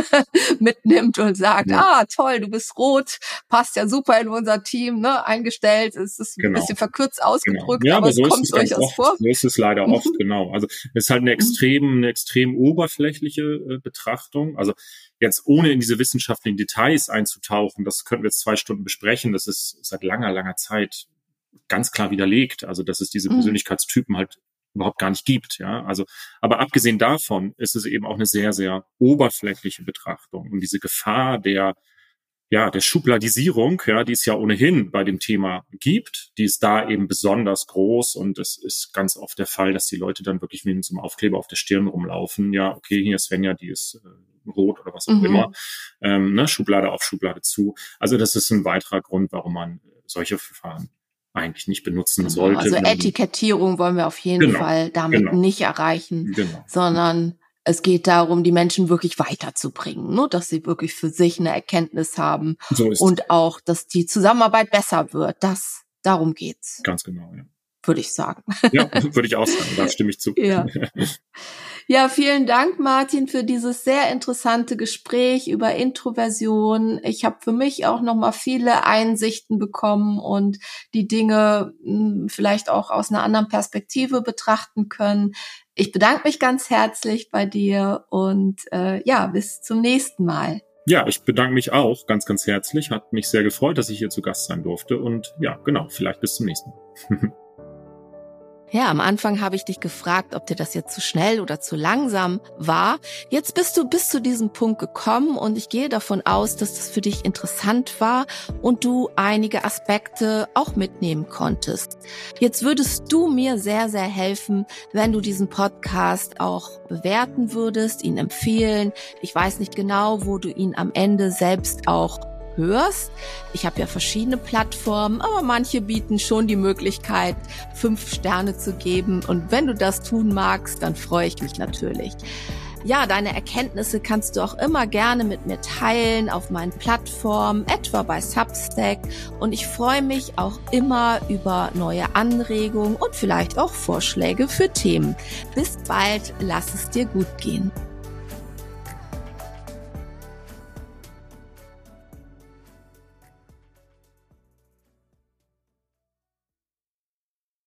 mitnimmt und sagt, ja, ah, toll, du bist rot, passt ja super in unser Team, ne? Eingestellt, es ist ein genau. bisschen verkürzt Genau. ausgedrückt, Ja, aber aber es so ist kommt es ganz durchaus oft. vor. So ist es leider oft, Mhm. genau. Also es ist halt eine Mhm. extrem, eine extrem oberflächliche äh, Betrachtung. Also jetzt ohne in diese wissenschaftlichen Details einzutauchen, das könnten wir jetzt zwei Stunden besprechen. Das ist seit langer, langer Zeit ganz klar widerlegt. Also dass es diese Mhm. Persönlichkeitstypen halt überhaupt gar nicht gibt. Ja, also aber abgesehen davon ist es eben auch eine sehr, sehr oberflächliche Betrachtung, und diese Gefahr der ja, der Schubladisierung, ja, die es ja ohnehin bei dem Thema gibt, die ist da eben besonders groß, und es ist ganz oft der Fall, dass die Leute dann wirklich wie in so einem Aufkleber auf der Stirn rumlaufen. Ja, okay, hier ist Svenja, die ist äh, rot oder was auch immer, Mhm. ähm, ne, Schublade auf, Schublade zu. Also das ist ein weiterer Grund, warum man solche Verfahren eigentlich nicht benutzen Genau, sollte. also Wenn man, Etikettierung wollen wir auf jeden genau, Fall damit genau, nicht erreichen, genau. sondern es geht darum, die Menschen wirklich weiterzubringen, ne? Dass sie wirklich für sich eine Erkenntnis haben So ist es. und auch, dass die Zusammenarbeit besser wird. Das, darum geht's, Ganz genau, ja. würde ich sagen. Ja, würde ich auch sagen, da stimme ich zu. Ja. Ja, vielen Dank, Martin, für dieses sehr interessante Gespräch über Introversion. Ich habe für mich auch noch mal viele Einsichten bekommen und die Dinge mh, vielleicht auch aus einer anderen Perspektive betrachten können. Ich bedanke mich ganz herzlich bei dir und äh, ja, bis zum nächsten Mal. Ja, ich bedanke mich auch ganz, ganz herzlich. Hat mich sehr gefreut, dass ich hier zu Gast sein durfte. Und ja, genau, vielleicht bis zum nächsten Mal. Ja, am Anfang habe ich dich gefragt, ob dir das jetzt zu schnell oder zu langsam war. Jetzt bist du bis zu diesem Punkt gekommen und ich gehe davon aus, dass das für dich interessant war und du einige Aspekte auch mitnehmen konntest. Jetzt würdest du mir sehr, sehr helfen, wenn du diesen Podcast auch bewerten würdest, ihn empfehlen. Ich weiß nicht genau, wo du ihn am Ende selbst auch hörst. Ich habe ja verschiedene Plattformen, aber manche bieten schon die Möglichkeit, fünf Sterne zu geben. Und wenn du das tun magst, dann freue ich mich natürlich. Ja, deine Erkenntnisse kannst du auch immer gerne mit mir teilen auf meinen Plattformen, etwa bei Substack. Und ich freue mich auch immer über neue Anregungen und vielleicht auch Vorschläge für Themen. Bis bald, lass es dir gut gehen.